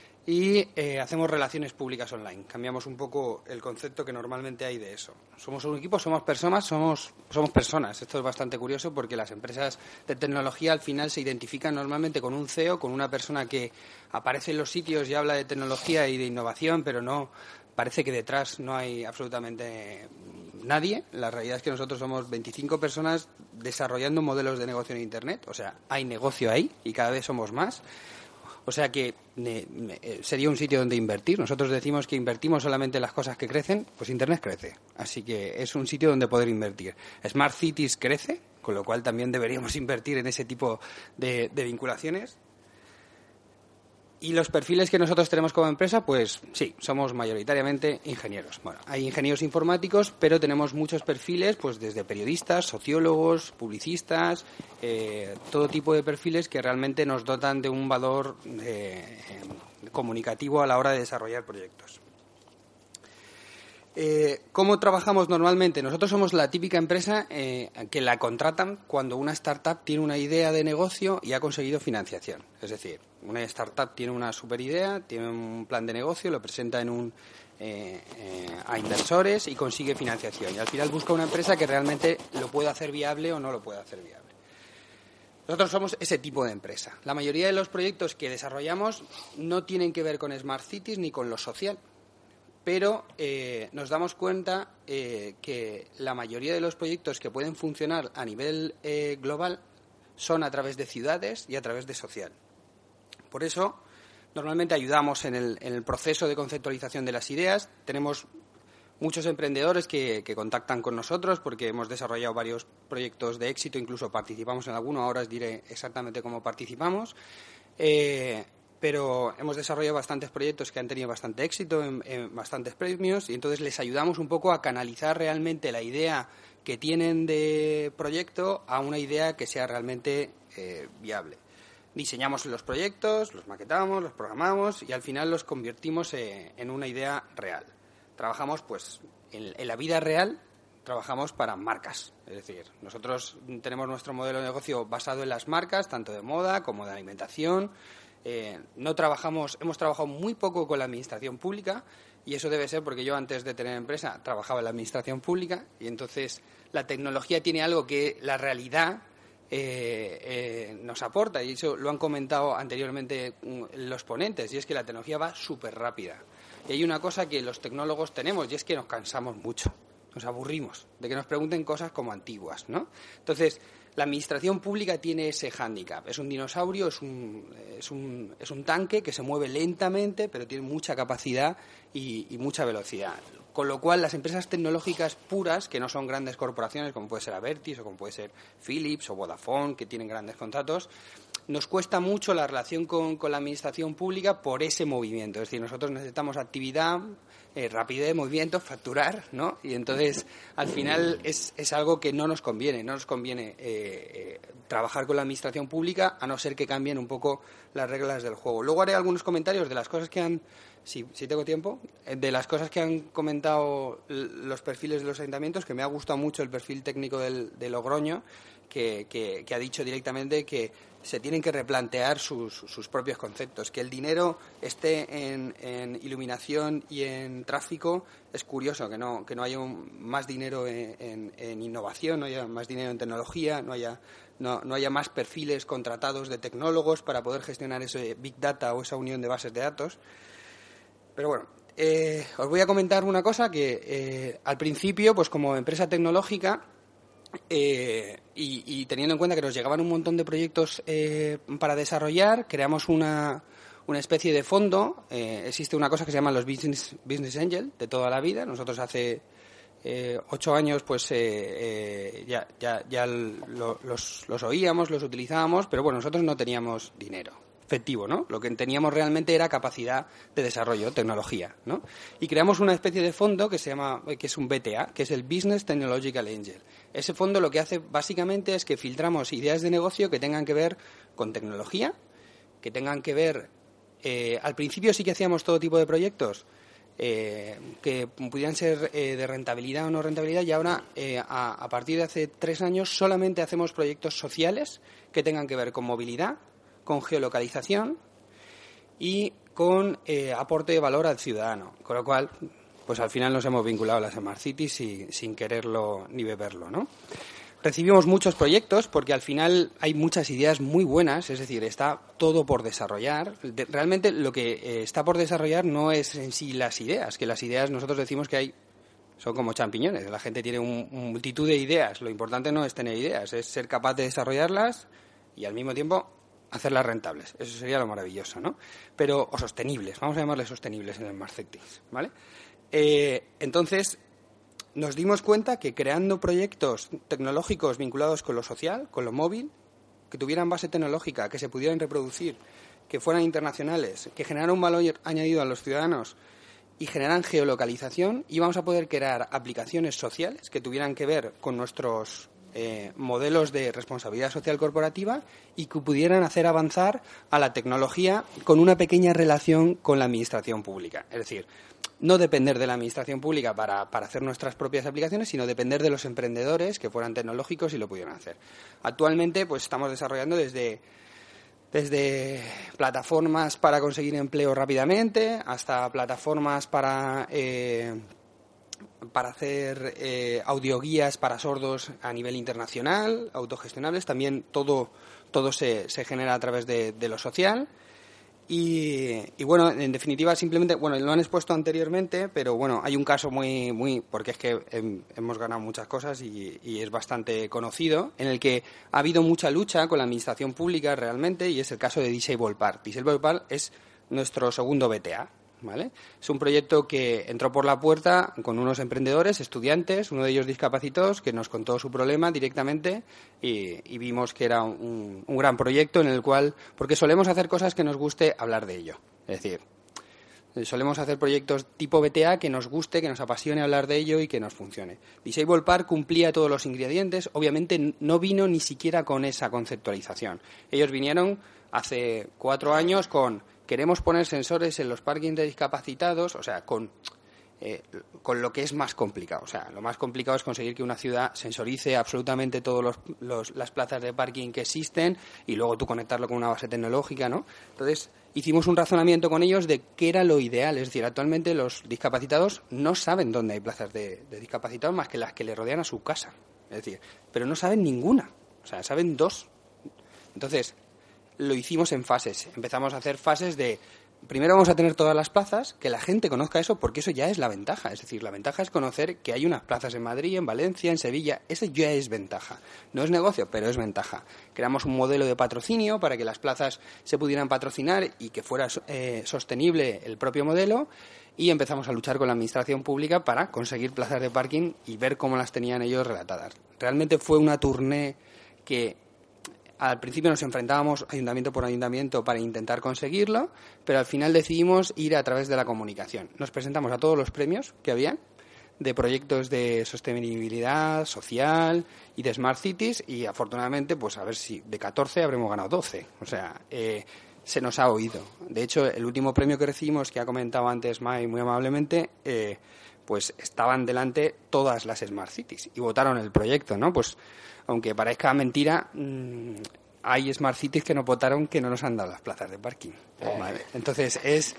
Y eh, hacemos relaciones públicas online. Cambiamos un poco el concepto que normalmente hay de eso. Somos un equipo, somos personas, somos, somos personas. Esto es bastante curioso porque las empresas de tecnología al final se identifican normalmente con un C E O, con una persona que aparece en los sitios y habla de tecnología y de innovación, pero no parece que detrás no hay absolutamente nadie. La realidad es que nosotros somos veinticinco personas desarrollando modelos de negocio en Internet. O sea, hay negocio ahí y cada vez somos más. O sea que ne, ne, sería un sitio donde invertir. Nosotros decimos que invertimos solamente en las cosas que crecen, pues Internet crece. Así que es un sitio donde poder invertir. Smart Cities crece, con lo cual también deberíamos invertir en ese tipo de, de vinculaciones. Y los perfiles que nosotros tenemos como empresa, pues sí, somos mayoritariamente ingenieros. Bueno, hay ingenieros informáticos, pero tenemos muchos perfiles, pues desde periodistas, sociólogos, publicistas, eh, todo tipo de perfiles que realmente nos dotan de un valor eh, comunicativo a la hora de desarrollar proyectos. Eh, ¿Cómo trabajamos normalmente? Nosotros somos la típica empresa eh, que la contratan cuando una startup tiene una idea de negocio y ha conseguido financiación. Es decir, una startup tiene una super idea, tiene un plan de negocio, lo presenta en un, eh, eh, a inversores y consigue financiación. Y al final busca una empresa que realmente lo pueda hacer viable o no lo pueda hacer viable. Nosotros somos ese tipo de empresa. La mayoría de los proyectos que desarrollamos no tienen que ver con Smart Cities ni con lo social. Pero eh, nos damos cuenta eh, que la mayoría de los proyectos que pueden funcionar a nivel eh, global son a través de ciudades y a través de social. Por eso, normalmente ayudamos en el, en el proceso de conceptualización de las ideas. Tenemos muchos emprendedores que, que contactan con nosotros porque hemos desarrollado varios proyectos de éxito, incluso participamos en alguno. Ahora os diré exactamente cómo participamos. Eh, pero hemos desarrollado bastantes proyectos que han tenido bastante éxito, en, en bastantes premios, y entonces les ayudamos un poco a canalizar realmente la idea que tienen de proyecto a una idea que sea realmente eh, viable. Diseñamos los proyectos, los maquetamos, los programamos y al final los convertimos eh, en una idea real. Trabajamos, pues, en, en la vida real, trabajamos para marcas. Es decir, nosotros tenemos nuestro modelo de negocio basado en las marcas, tanto de moda como de alimentación. Eh, no trabajamos, hemos trabajado muy poco con la administración pública y eso debe ser porque yo antes de tener empresa trabajaba en la administración pública y entonces la tecnología tiene algo que la realidad eh, eh, nos aporta y eso lo han comentado anteriormente los ponentes y es que la tecnología va súper rápida. Y hay una cosa que los tecnólogos tenemos y es que nos cansamos mucho, nos aburrimos de que nos pregunten cosas como antiguas, ¿no? Entonces, la administración pública tiene ese hándicap. Es un dinosaurio, es un, es un, es un tanque que se mueve lentamente, pero tiene mucha capacidad y, y mucha velocidad. Con lo cual, las empresas tecnológicas puras, que no son grandes corporaciones, como puede ser Abertis o como puede ser Philips o Vodafone, que tienen grandes contratos, nos cuesta mucho la relación con, con la administración pública por ese movimiento. Es decir, nosotros necesitamos actividad, eh, rapidez, movimiento, facturar, ¿no? Y entonces, al final, es, es algo que no nos conviene. No nos conviene eh, eh, trabajar con la administración pública, a no ser que cambien un poco las reglas del juego. Luego haré algunos comentarios de las cosas que han... Si, si tengo tiempo, de las cosas que han comentado los perfiles de los ayuntamientos, que me ha gustado mucho el perfil técnico del, de Logroño, que, que, que ha dicho directamente que se tienen que replantear sus, sus propios conceptos. Que el dinero esté en, en iluminación y en tráfico es curioso, que no, que no haya un, más dinero en, en, en innovación, no haya más dinero en tecnología, no haya, no, no haya más perfiles contratados de tecnólogos para poder gestionar ese Big Data o esa unión de bases de datos. Pero bueno, eh, os voy a comentar una cosa que eh, al principio, pues como empresa tecnológica eh, y, y teniendo en cuenta que nos llegaban un montón de proyectos eh, para desarrollar, creamos una, una especie de fondo. Eh, existe una cosa que se llama los Business, Business Angel de toda la vida. Nosotros hace eh, ocho años pues eh, eh, ya, ya, ya lo, los, los oíamos, los utilizábamos, pero bueno, nosotros no teníamos dinero efectivo, ¿no? Lo que teníamos realmente era capacidad de desarrollo, tecnología, ¿no? Y creamos una especie de fondo que se llama, que es un B T A, que es el Business Technological Angel. Ese fondo lo que hace básicamente es que filtramos ideas de negocio que tengan que ver con tecnología, que tengan que ver, eh, al principio sí que hacíamos todo tipo de proyectos eh, que pudieran ser eh, de rentabilidad o no rentabilidad y ahora eh, a, a partir de hace tres años solamente hacemos proyectos sociales que tengan que ver con movilidad, con geolocalización y con eh, aporte de valor al ciudadano. Con lo cual, pues al final nos hemos vinculado a las Smart Cities y, sin quererlo ni beberlo, ¿no? Recibimos muchos proyectos porque al final hay muchas ideas muy buenas, es decir, está todo por desarrollar. De, realmente lo que eh, está por desarrollar no es en sí las ideas, que las ideas nosotros decimos que hay son como champiñones, la gente tiene un, un multitud de ideas. Lo importante no es tener ideas, es ser capaz de desarrollarlas y al mismo tiempo hacerlas rentables. Eso sería lo maravilloso, ¿no? Pero, o sostenibles, vamos a llamarles sostenibles en el Smart Cities, ¿vale? Eh, entonces, nos dimos cuenta que creando proyectos tecnológicos vinculados con lo social, con lo móvil, que tuvieran base tecnológica, que se pudieran reproducir, que fueran internacionales, que generaran un valor añadido a los ciudadanos y generaran geolocalización, íbamos a poder crear aplicaciones sociales que tuvieran que ver con nuestros Eh, modelos de responsabilidad social corporativa y que pudieran hacer avanzar a la tecnología con una pequeña relación con la administración pública. Es decir, no depender de la administración pública para, para hacer nuestras propias aplicaciones, sino depender de los emprendedores que fueran tecnológicos y lo pudieran hacer. Actualmente, pues estamos desarrollando desde, desde plataformas para conseguir empleo rápidamente hasta plataformas para, eh, para hacer eh, audioguías para sordos a nivel internacional, autogestionables. También todo, todo se, se genera a través de, de lo social. Y, y bueno, en definitiva, simplemente, bueno, lo han expuesto anteriormente, pero bueno, hay un caso muy, muy, porque es que hem, hemos ganado muchas cosas y, y es bastante conocido, en el que ha habido mucha lucha con la administración pública realmente, y es el caso de Disable Park. Disable Park es nuestro segundo B T A, ¿vale? Es un proyecto que entró por la puerta con unos emprendedores, estudiantes, uno de ellos discapacitados, que nos contó su problema directamente y, y vimos que era un, un gran proyecto en el cual, porque solemos hacer cosas que nos guste hablar de ello. Es decir, solemos hacer proyectos tipo B T A que nos guste, que nos apasione hablar de ello y que nos funcione. Disable Park cumplía todos los ingredientes, obviamente no vino ni siquiera con esa conceptualización. Ellos vinieron hace cuatro años con queremos poner sensores en los parkings de discapacitados, o sea, con, eh, con lo que es más complicado. O sea, lo más complicado es conseguir que una ciudad sensorice absolutamente todas las plazas de parking que existen y luego tú conectarlo con una base tecnológica, ¿no? Entonces, hicimos un razonamiento con ellos de qué era lo ideal. Es decir, actualmente los discapacitados no saben dónde hay plazas de, de discapacitados más que las que le rodean a su casa. Es decir, pero no saben ninguna. O sea, saben dos. Entonces, lo hicimos en fases. Empezamos a hacer fases de, primero vamos a tener todas las plazas, que la gente conozca eso, porque eso ya es la ventaja. Es decir, la ventaja es conocer que hay unas plazas en Madrid, en Valencia, en Sevilla. Eso ya es ventaja. No es negocio, pero es ventaja. Creamos un modelo de patrocinio para que las plazas se pudieran patrocinar y que fuera eh, sostenible el propio modelo. Y empezamos a luchar con la administración pública para conseguir plazas de parking y ver cómo las tenían ellos relatadas. Realmente fue una tournée que al principio nos enfrentábamos ayuntamiento por ayuntamiento para intentar conseguirlo, pero al final decidimos ir a través de la comunicación. Nos presentamos a todos los premios que había de proyectos de sostenibilidad social y de Smart Cities y afortunadamente, pues a ver si de catorce habremos ganado doce. O sea, eh, se nos ha oído. De hecho, el último premio que recibimos, que ha comentado antes Mai muy amablemente, eh, pues estaban delante todas las Smart Cities y votaron el proyecto, ¿no? Pues aunque parezca mentira, mmm, hay Smart Cities que nos votaron que no nos han dado las plazas de parking. ¿Vale? Entonces es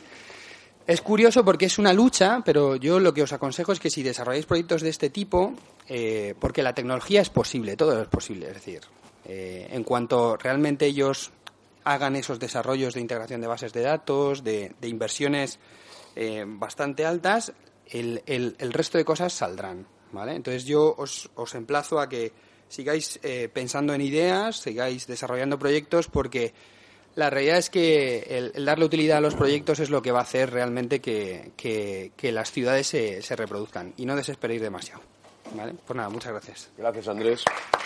es curioso porque es una lucha, pero yo lo que os aconsejo es que si desarrolláis proyectos de este tipo, eh, porque la tecnología es posible, todo es posible, es decir, eh, en cuanto realmente ellos hagan esos desarrollos de integración de bases de datos, de, de inversiones eh, bastante altas, el, el, el resto de cosas saldrán, ¿vale? Entonces yo os, os emplazo a que sigáis eh, pensando en ideas, sigáis desarrollando proyectos, porque la realidad es que el, el darle utilidad a los proyectos es lo que va a hacer realmente que, que, que las ciudades se, se reproduzcan, y no desesperéis demasiado, ¿vale? Pues nada, muchas gracias. Gracias, Andrés.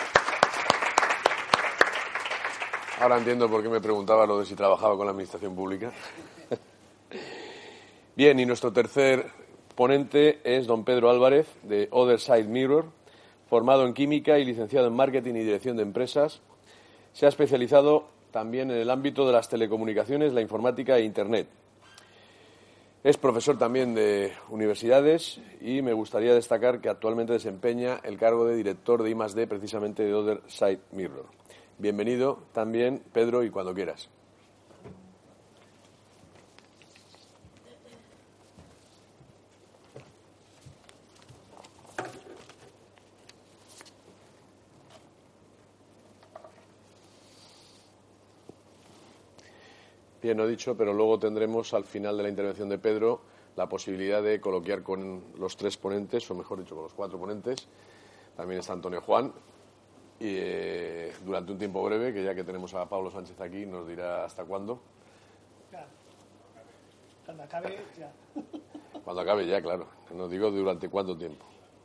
Ahora entiendo por qué me preguntaba lo de si trabajaba con la administración pública. Bien, y nuestro tercer ponente es don Pedro Álvarez, de Other Side Mirror, formado en química y licenciado en marketing y dirección de empresas. Se ha especializado también en el ámbito de las telecomunicaciones, la informática e Internet. Es profesor también de universidades y me gustaría destacar que actualmente desempeña el cargo de director de I más D precisamente de Other Side Mirror. Bienvenido también, Pedro, y cuando quieras. Bien, no he dicho, pero luego tendremos al final de la intervención de Pedro la posibilidad de coloquiar con los tres ponentes, o mejor dicho, con los cuatro ponentes. También está Antonio Juan. Y eh, durante un tiempo breve, que ya que tenemos a Pablo Sánchez aquí, nos dirá hasta cuándo. Claro. Cuando acabe, ya. Cuando acabe ya, claro. No digo durante cuánto tiempo.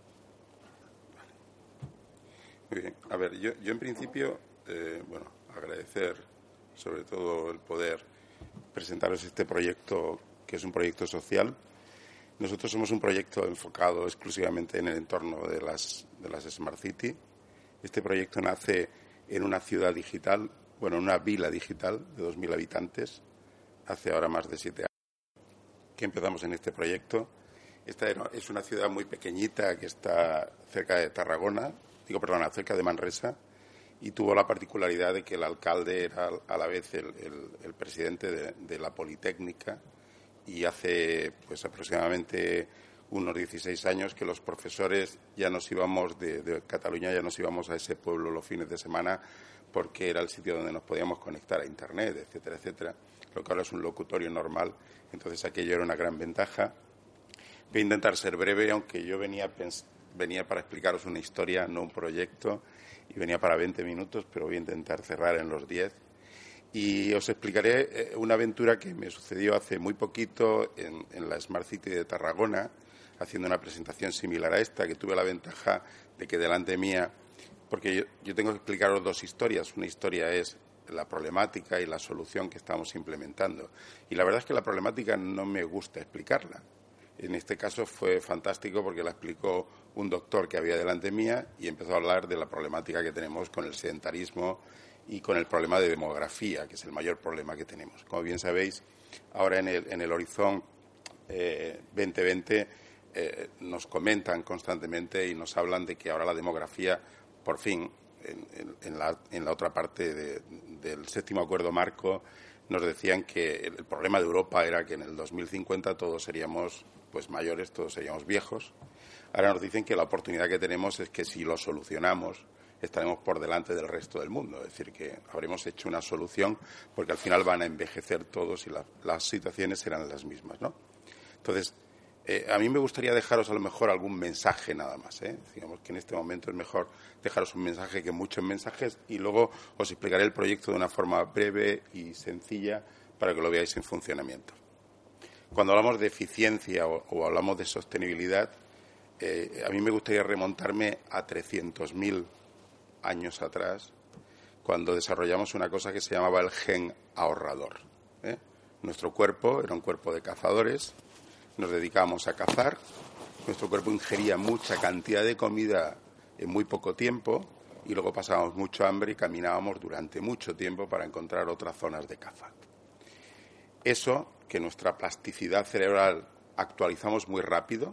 Muy bien. A ver, yo, yo en principio, eh, bueno, agradecer sobre todo el poder presentaros este proyecto, que es un proyecto social. Nosotros somos un proyecto enfocado exclusivamente en el entorno de las, de las Smart City. Este proyecto nace en una ciudad digital, bueno, en una vila digital de dos mil habitantes, hace ahora más de siete años que empezamos en este proyecto. Esta es una ciudad muy pequeñita que está cerca de Tarragona, digo, perdona, cerca de Manresa, y tuvo la particularidad de que el alcalde era a la vez el, el, el presidente de, de la Politécnica, y hace pues aproximadamente unos dieciséis años que los profesores ya nos íbamos de, de Cataluña, ya nos íbamos a ese pueblo los fines de semana porque era el sitio donde nos podíamos conectar a Internet, etcétera, etcétera, lo que ahora es un locutorio normal. Entonces aquello era una gran ventaja. Voy a intentar ser breve, aunque yo venía, venía para explicaros una historia, no un proyecto, y venía para veinte minutos, pero voy a intentar cerrar en los diez. Y os explicaré una aventura que me sucedió hace muy poquito en, en la Smart City de Tarragona, haciendo una presentación similar a esta, que tuve la ventaja de que delante mía, porque yo, yo tengo que explicaros dos historias. Una historia es la problemática y la solución que estamos implementando. Y la verdad es que la problemática no me gusta explicarla. En este caso fue fantástico porque la explicó un doctor que había delante mía y empezó a hablar de la problemática que tenemos con el sedentarismo y con el problema de demografía, que es el mayor problema que tenemos. Como bien sabéis, ahora en el, en el Horizon eh, veinte veinte eh, nos comentan constantemente y nos hablan de que ahora la demografía, por fin, en, en, en, la, en la otra parte de, del séptimo acuerdo marco, nos decían que el problema de Europa era que en el dos mil cincuenta todos seríamos pues mayores, todos seríamos viejos. Ahora nos dicen que la oportunidad que tenemos es que si lo solucionamos estaremos por delante del resto del mundo. Es decir, que habremos hecho una solución porque al final van a envejecer todos y la, las situaciones serán las mismas, ¿no? Entonces, eh, a mí me gustaría dejaros a lo mejor algún mensaje nada más, ¿eh? Digamos que en este momento es mejor dejaros un mensaje que muchos mensajes y luego os explicaré el proyecto de una forma breve y sencilla para que lo veáis en funcionamiento. Cuando hablamos de eficiencia o, o hablamos de sostenibilidad, eh, a mí me gustaría remontarme a trescientos mil años atrás, cuando desarrollamos una cosa que se llamaba el gen ahorrador, ¿eh? Nuestro cuerpo era un cuerpo de cazadores, nos dedicábamos a cazar, nuestro cuerpo ingería mucha cantidad de comida en muy poco tiempo y luego pasábamos mucho hambre y caminábamos durante mucho tiempo para encontrar otras zonas de caza. Eso, que nuestra plasticidad cerebral actualizamos muy rápido,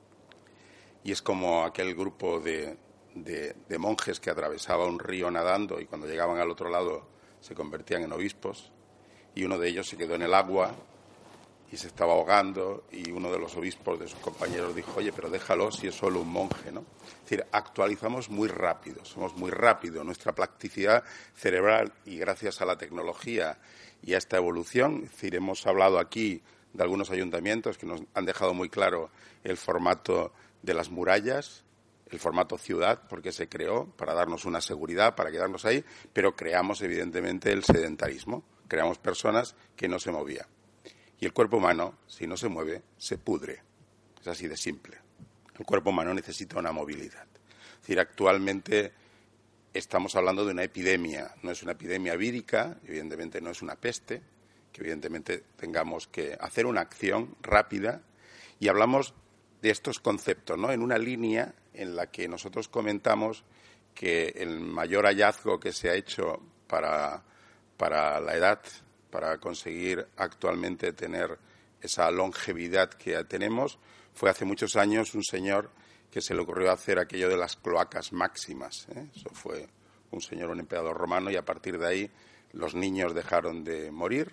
y es como aquel grupo de De, de monjes que atravesaba un río nadando y cuando llegaban al otro lado se convertían en obispos, y uno de ellos se quedó en el agua y se estaba ahogando y uno de los obispos de sus compañeros dijo: oye, pero déjalo si es solo un monje, ¿no? Es decir, actualizamos muy rápido, somos muy rápido, nuestra plasticidad cerebral, y gracias a la tecnología y a esta evolución, es decir, hemos hablado aquí de algunos ayuntamientos que nos han dejado muy claro el formato de las murallas, el formato ciudad, porque se creó para darnos una seguridad, para quedarnos ahí, pero creamos evidentemente el sedentarismo, creamos personas que no se movían. Y el cuerpo humano, si no se mueve, se pudre. Es así de simple. El cuerpo humano necesita una movilidad. Es decir, actualmente estamos hablando de una epidemia, no es una epidemia vírica, evidentemente no es una peste, que evidentemente tengamos que hacer una acción rápida, y hablamos de estos conceptos, ¿no? En una línea en la que nosotros comentamos que el mayor hallazgo que se ha hecho para, para la edad, para conseguir actualmente tener esa longevidad que tenemos, fue hace muchos años un señor que se le ocurrió hacer aquello de las cloacas máximas, ¿eh? Eso fue un señor, un emperador romano, y a partir de ahí los niños dejaron de morir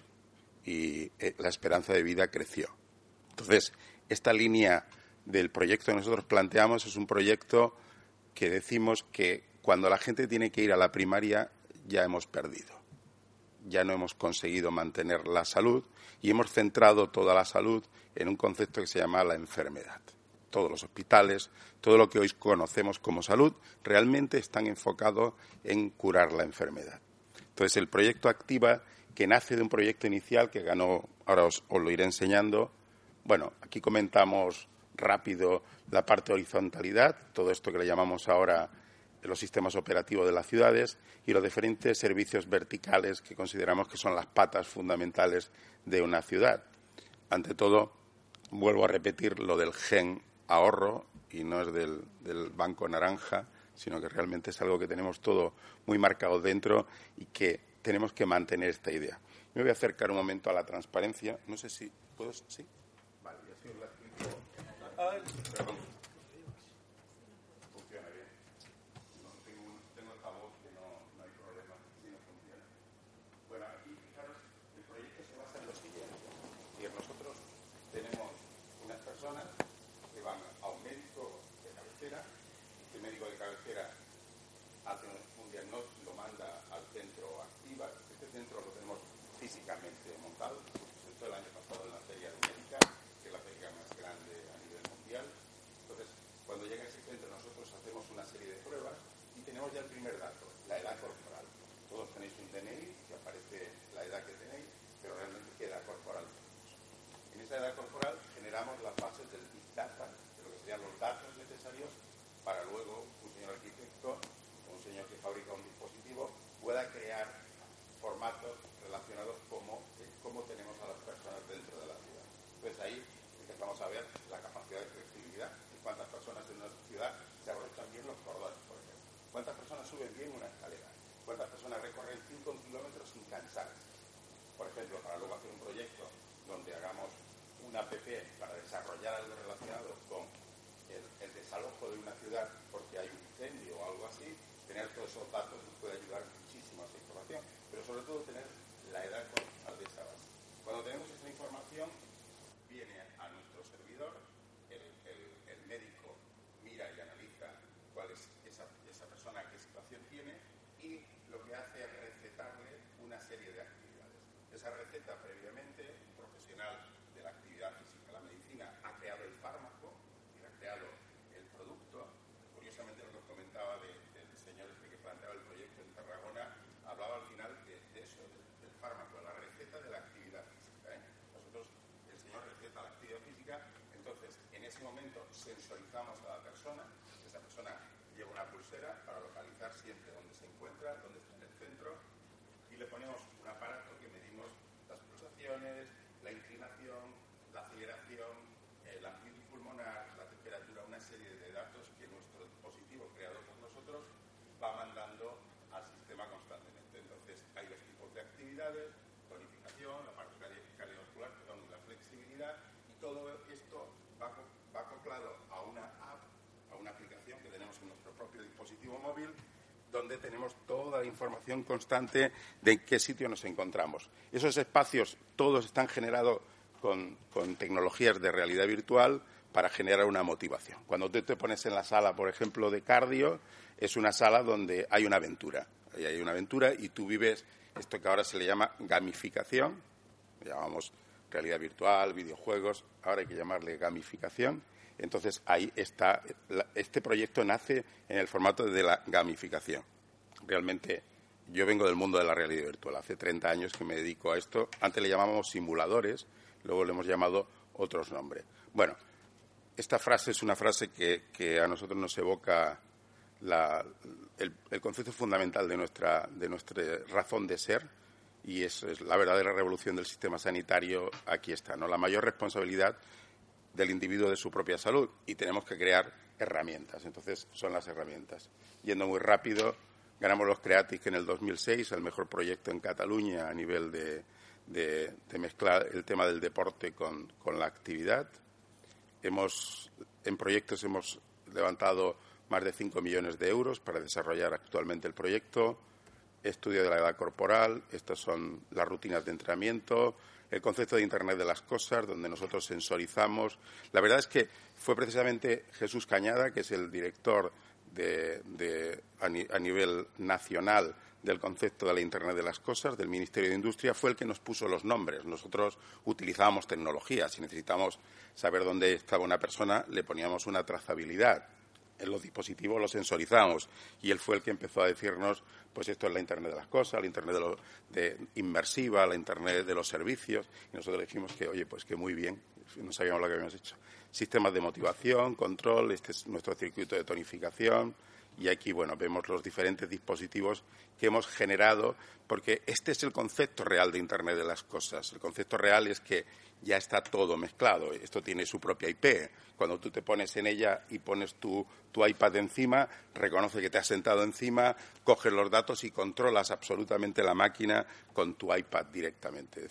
y la esperanza de vida creció. Entonces, esta línea del proyecto que nosotros planteamos es un proyecto que decimos que cuando la gente tiene que ir a la primaria ya hemos perdido. Ya no hemos conseguido mantener la salud y hemos centrado toda la salud en un concepto que se llama la enfermedad. Todos los hospitales, todo lo que hoy conocemos como salud, realmente están enfocados en curar la enfermedad. Entonces, el proyecto Activa, que nace de un proyecto inicial que ganó, ahora os, os lo iré enseñando. Bueno, aquí comentamos rápido la parte de horizontalidad, todo esto que le llamamos ahora los sistemas operativos de las ciudades, y los diferentes servicios verticales que consideramos que son las patas fundamentales de una ciudad. Ante todo, vuelvo a repetir lo del gen ahorro, y no es del, del banco naranja, sino que realmente es algo que tenemos todo muy marcado dentro y que tenemos que mantener esta idea. Me voy a acercar un momento a la transparencia. No sé si puedo... ¿Sí? Vale, así os la explico. Ay, perdón. Funciona bien. No, tengo, un, tengo esta voz que no, no hay problema si no funciona. Bueno, aquí, fijaros, el proyecto se basa en lo siguiente. Y nosotros tenemos unas personas que van a un médico de cabecera. Este médico de cabecera hace un, un diagnóstico, lo manda al centro Activa. Este centro lo tenemos físicamente montado. Se presentó el año pasado en la Feria de Médica, que es la feria más grande a nivel mundial. Entonces, cuando llega a ese centro, nosotros hacemos una serie de pruebas y tenemos ya el primer dato, la edad corporal. Todos tenéis un D N I que aparece la edad que tenéis, pero realmente qué edad corporal tenemos. En esa edad corporal generamos las bases del Big Data, de lo que serían los datos necesarios para luego un señor arquitecto o un señor que fabrica un dispositivo pueda crear formatos relacionados como eh, cómo tenemos a las personas dentro de la ciudad. Entonces ahí empezamos a ver la capacidad de flexibilidad y cuántas personas en una ciudad se abrochan bien los cordones, por ejemplo. Cuántas personas suben bien una escalera. Cuántas personas recorren cinco kilómetros sin cansarse. Por ejemplo, para luego hacer un proyecto donde hagamos una app para desarrollar algo relacionado con el, el desalojo de una ciudad porque hay un incendio o algo así, tener todos esos datos nos puede ayudar muchísimo a esa información, pero sobre todo tener la edad corporal de esa base. Cuando tenemos esa información, viene a nuestro servidor, el, el, el médico mira y analiza cuál es esa, esa persona, qué situación tiene, y lo que hace es recetarle una serie de actividades. Esa receta previamente, un profesional de la actividad física, la medicina, ha creado el fármaco y ha creado el producto. Curiosamente lo que os comentaba de, del señor este que planteaba el proyecto en Tarragona, hablaba al final de, de eso, del, del fármaco, la receta de la actividad física. ¿eh? Nosotros, el señor receta la actividad física, entonces en ese momento sensorizamos a la persona, esa persona lleva una pulsera para localizar siempre dónde se encuentra, dónde está en el centro, y le ponemos un aparato que medimos las pulsaciones, la inclinación, la aceleración, eh, la amplitud pulmonar, la temperatura, una serie de datos que nuestro dispositivo creado por nosotros va mandando al sistema constantemente. Entonces hay dos tipos de actividades, tonificación, la parte cardiovascular, perdón, la flexibilidad, y todo esto va, va acoplado a una app, a una aplicación que tenemos en nuestro propio dispositivo móvil, donde tenemos toda la información constante de en qué sitio nos encontramos. Esos espacios todos están generados con, con tecnologías de realidad virtual para generar una motivación. Cuando tú te pones en la sala, por ejemplo, de cardio, es una sala donde hay una aventura. Ahí hay una aventura y tú vives esto que ahora se le llama gamificación, llamamos realidad virtual, videojuegos, ahora hay que llamarle gamificación. Entonces, ahí está, este proyecto nace en el formato de la gamificación. Realmente, yo vengo del mundo de la realidad virtual. Hace treinta años que me dedico a esto. Antes le llamábamos simuladores, luego le hemos llamado otros nombres. Bueno, esta frase es una frase que, que a nosotros nos evoca la, el, el concepto fundamental de nuestra, de nuestra razón de ser, y es, es la verdadera revolución del sistema sanitario. Aquí está, ¿no? La mayor responsabilidad del individuo de su propia salud, y tenemos que crear herramientas. Entonces, son las herramientas. Yendo muy rápido, ganamos los Creatic en el dos mil seis, el mejor proyecto en Cataluña a nivel de, de, de mezclar el tema del deporte con, con la actividad. Hemos, en proyectos hemos levantado más de cinco millones de euros para desarrollar actualmente el proyecto. Estudio de la edad corporal, estas son las rutinas de entrenamiento, el concepto de Internet de las cosas, donde nosotros sensorizamos. La verdad es que fue precisamente Jesús Cañada, que es el director de, de, a, ni, a nivel nacional del concepto de la Internet de las cosas, del Ministerio de Industria, fue el que nos puso los nombres. Nosotros utilizábamos tecnología. Si necesitábamos saber dónde estaba una persona, le poníamos una trazabilidad. En los dispositivos los sensorizamos, y él fue el que empezó a decirnos, pues esto es la Internet de las cosas, la Internet de, lo, de inmersiva, la Internet de los servicios, y nosotros le dijimos que, oye, pues que muy bien, no sabíamos lo que habíamos hecho. Sistemas de motivación, control, este es nuestro circuito de tonificación, y aquí, bueno, vemos los diferentes dispositivos que hemos generado, porque este es el concepto real de Internet de las cosas. El concepto real es que ya está todo mezclado. Esto tiene su propia I P. Cuando tú te pones en ella y pones tu, tu iPad encima, reconoce que te has sentado encima, coges los datos y controlas absolutamente la máquina con tu iPad directamente. Es decir,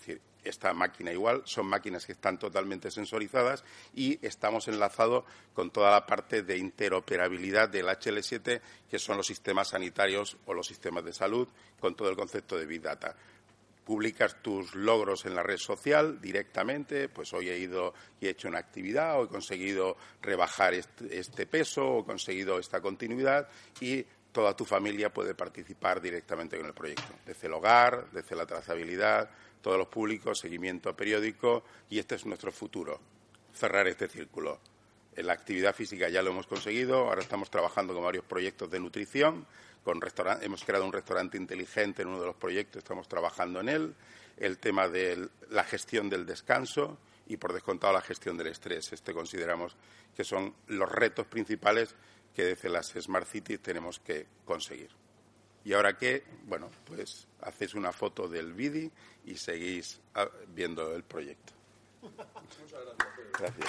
esta máquina igual, son máquinas que están totalmente sensorizadas y estamos enlazados con toda la parte de interoperabilidad del H L siete, que son los sistemas sanitarios o los sistemas de salud, con todo el concepto de Big Data. Publicas tus logros en la red social directamente, pues hoy he ido y he hecho una actividad, o he conseguido rebajar este, este peso, o he conseguido esta continuidad, y toda tu familia puede participar directamente con el proyecto, desde el hogar, desde la trazabilidad, todos los públicos, seguimiento periódico, y este es nuestro futuro, cerrar este círculo. En la actividad física ya lo hemos conseguido, ahora estamos trabajando con varios proyectos de nutrición, con restauran- hemos creado un restaurante inteligente en uno de los proyectos, estamos trabajando en él, el tema de la gestión del descanso y, por descontado, la gestión del estrés. Este consideramos que son los retos principales que desde las Smart Cities tenemos que conseguir. Y ahora que, bueno, pues hacéis una foto del vídeo y seguís viendo el proyecto. Muchas gracias.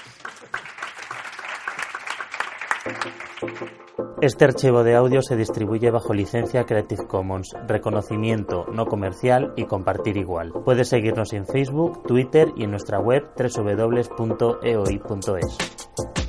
Este archivo de audio se distribuye bajo licencia Creative Commons, reconocimiento no comercial y compartir igual. Puedes seguirnos en Facebook, Twitter y en nuestra web doble u doble u doble u punto e o i punto es.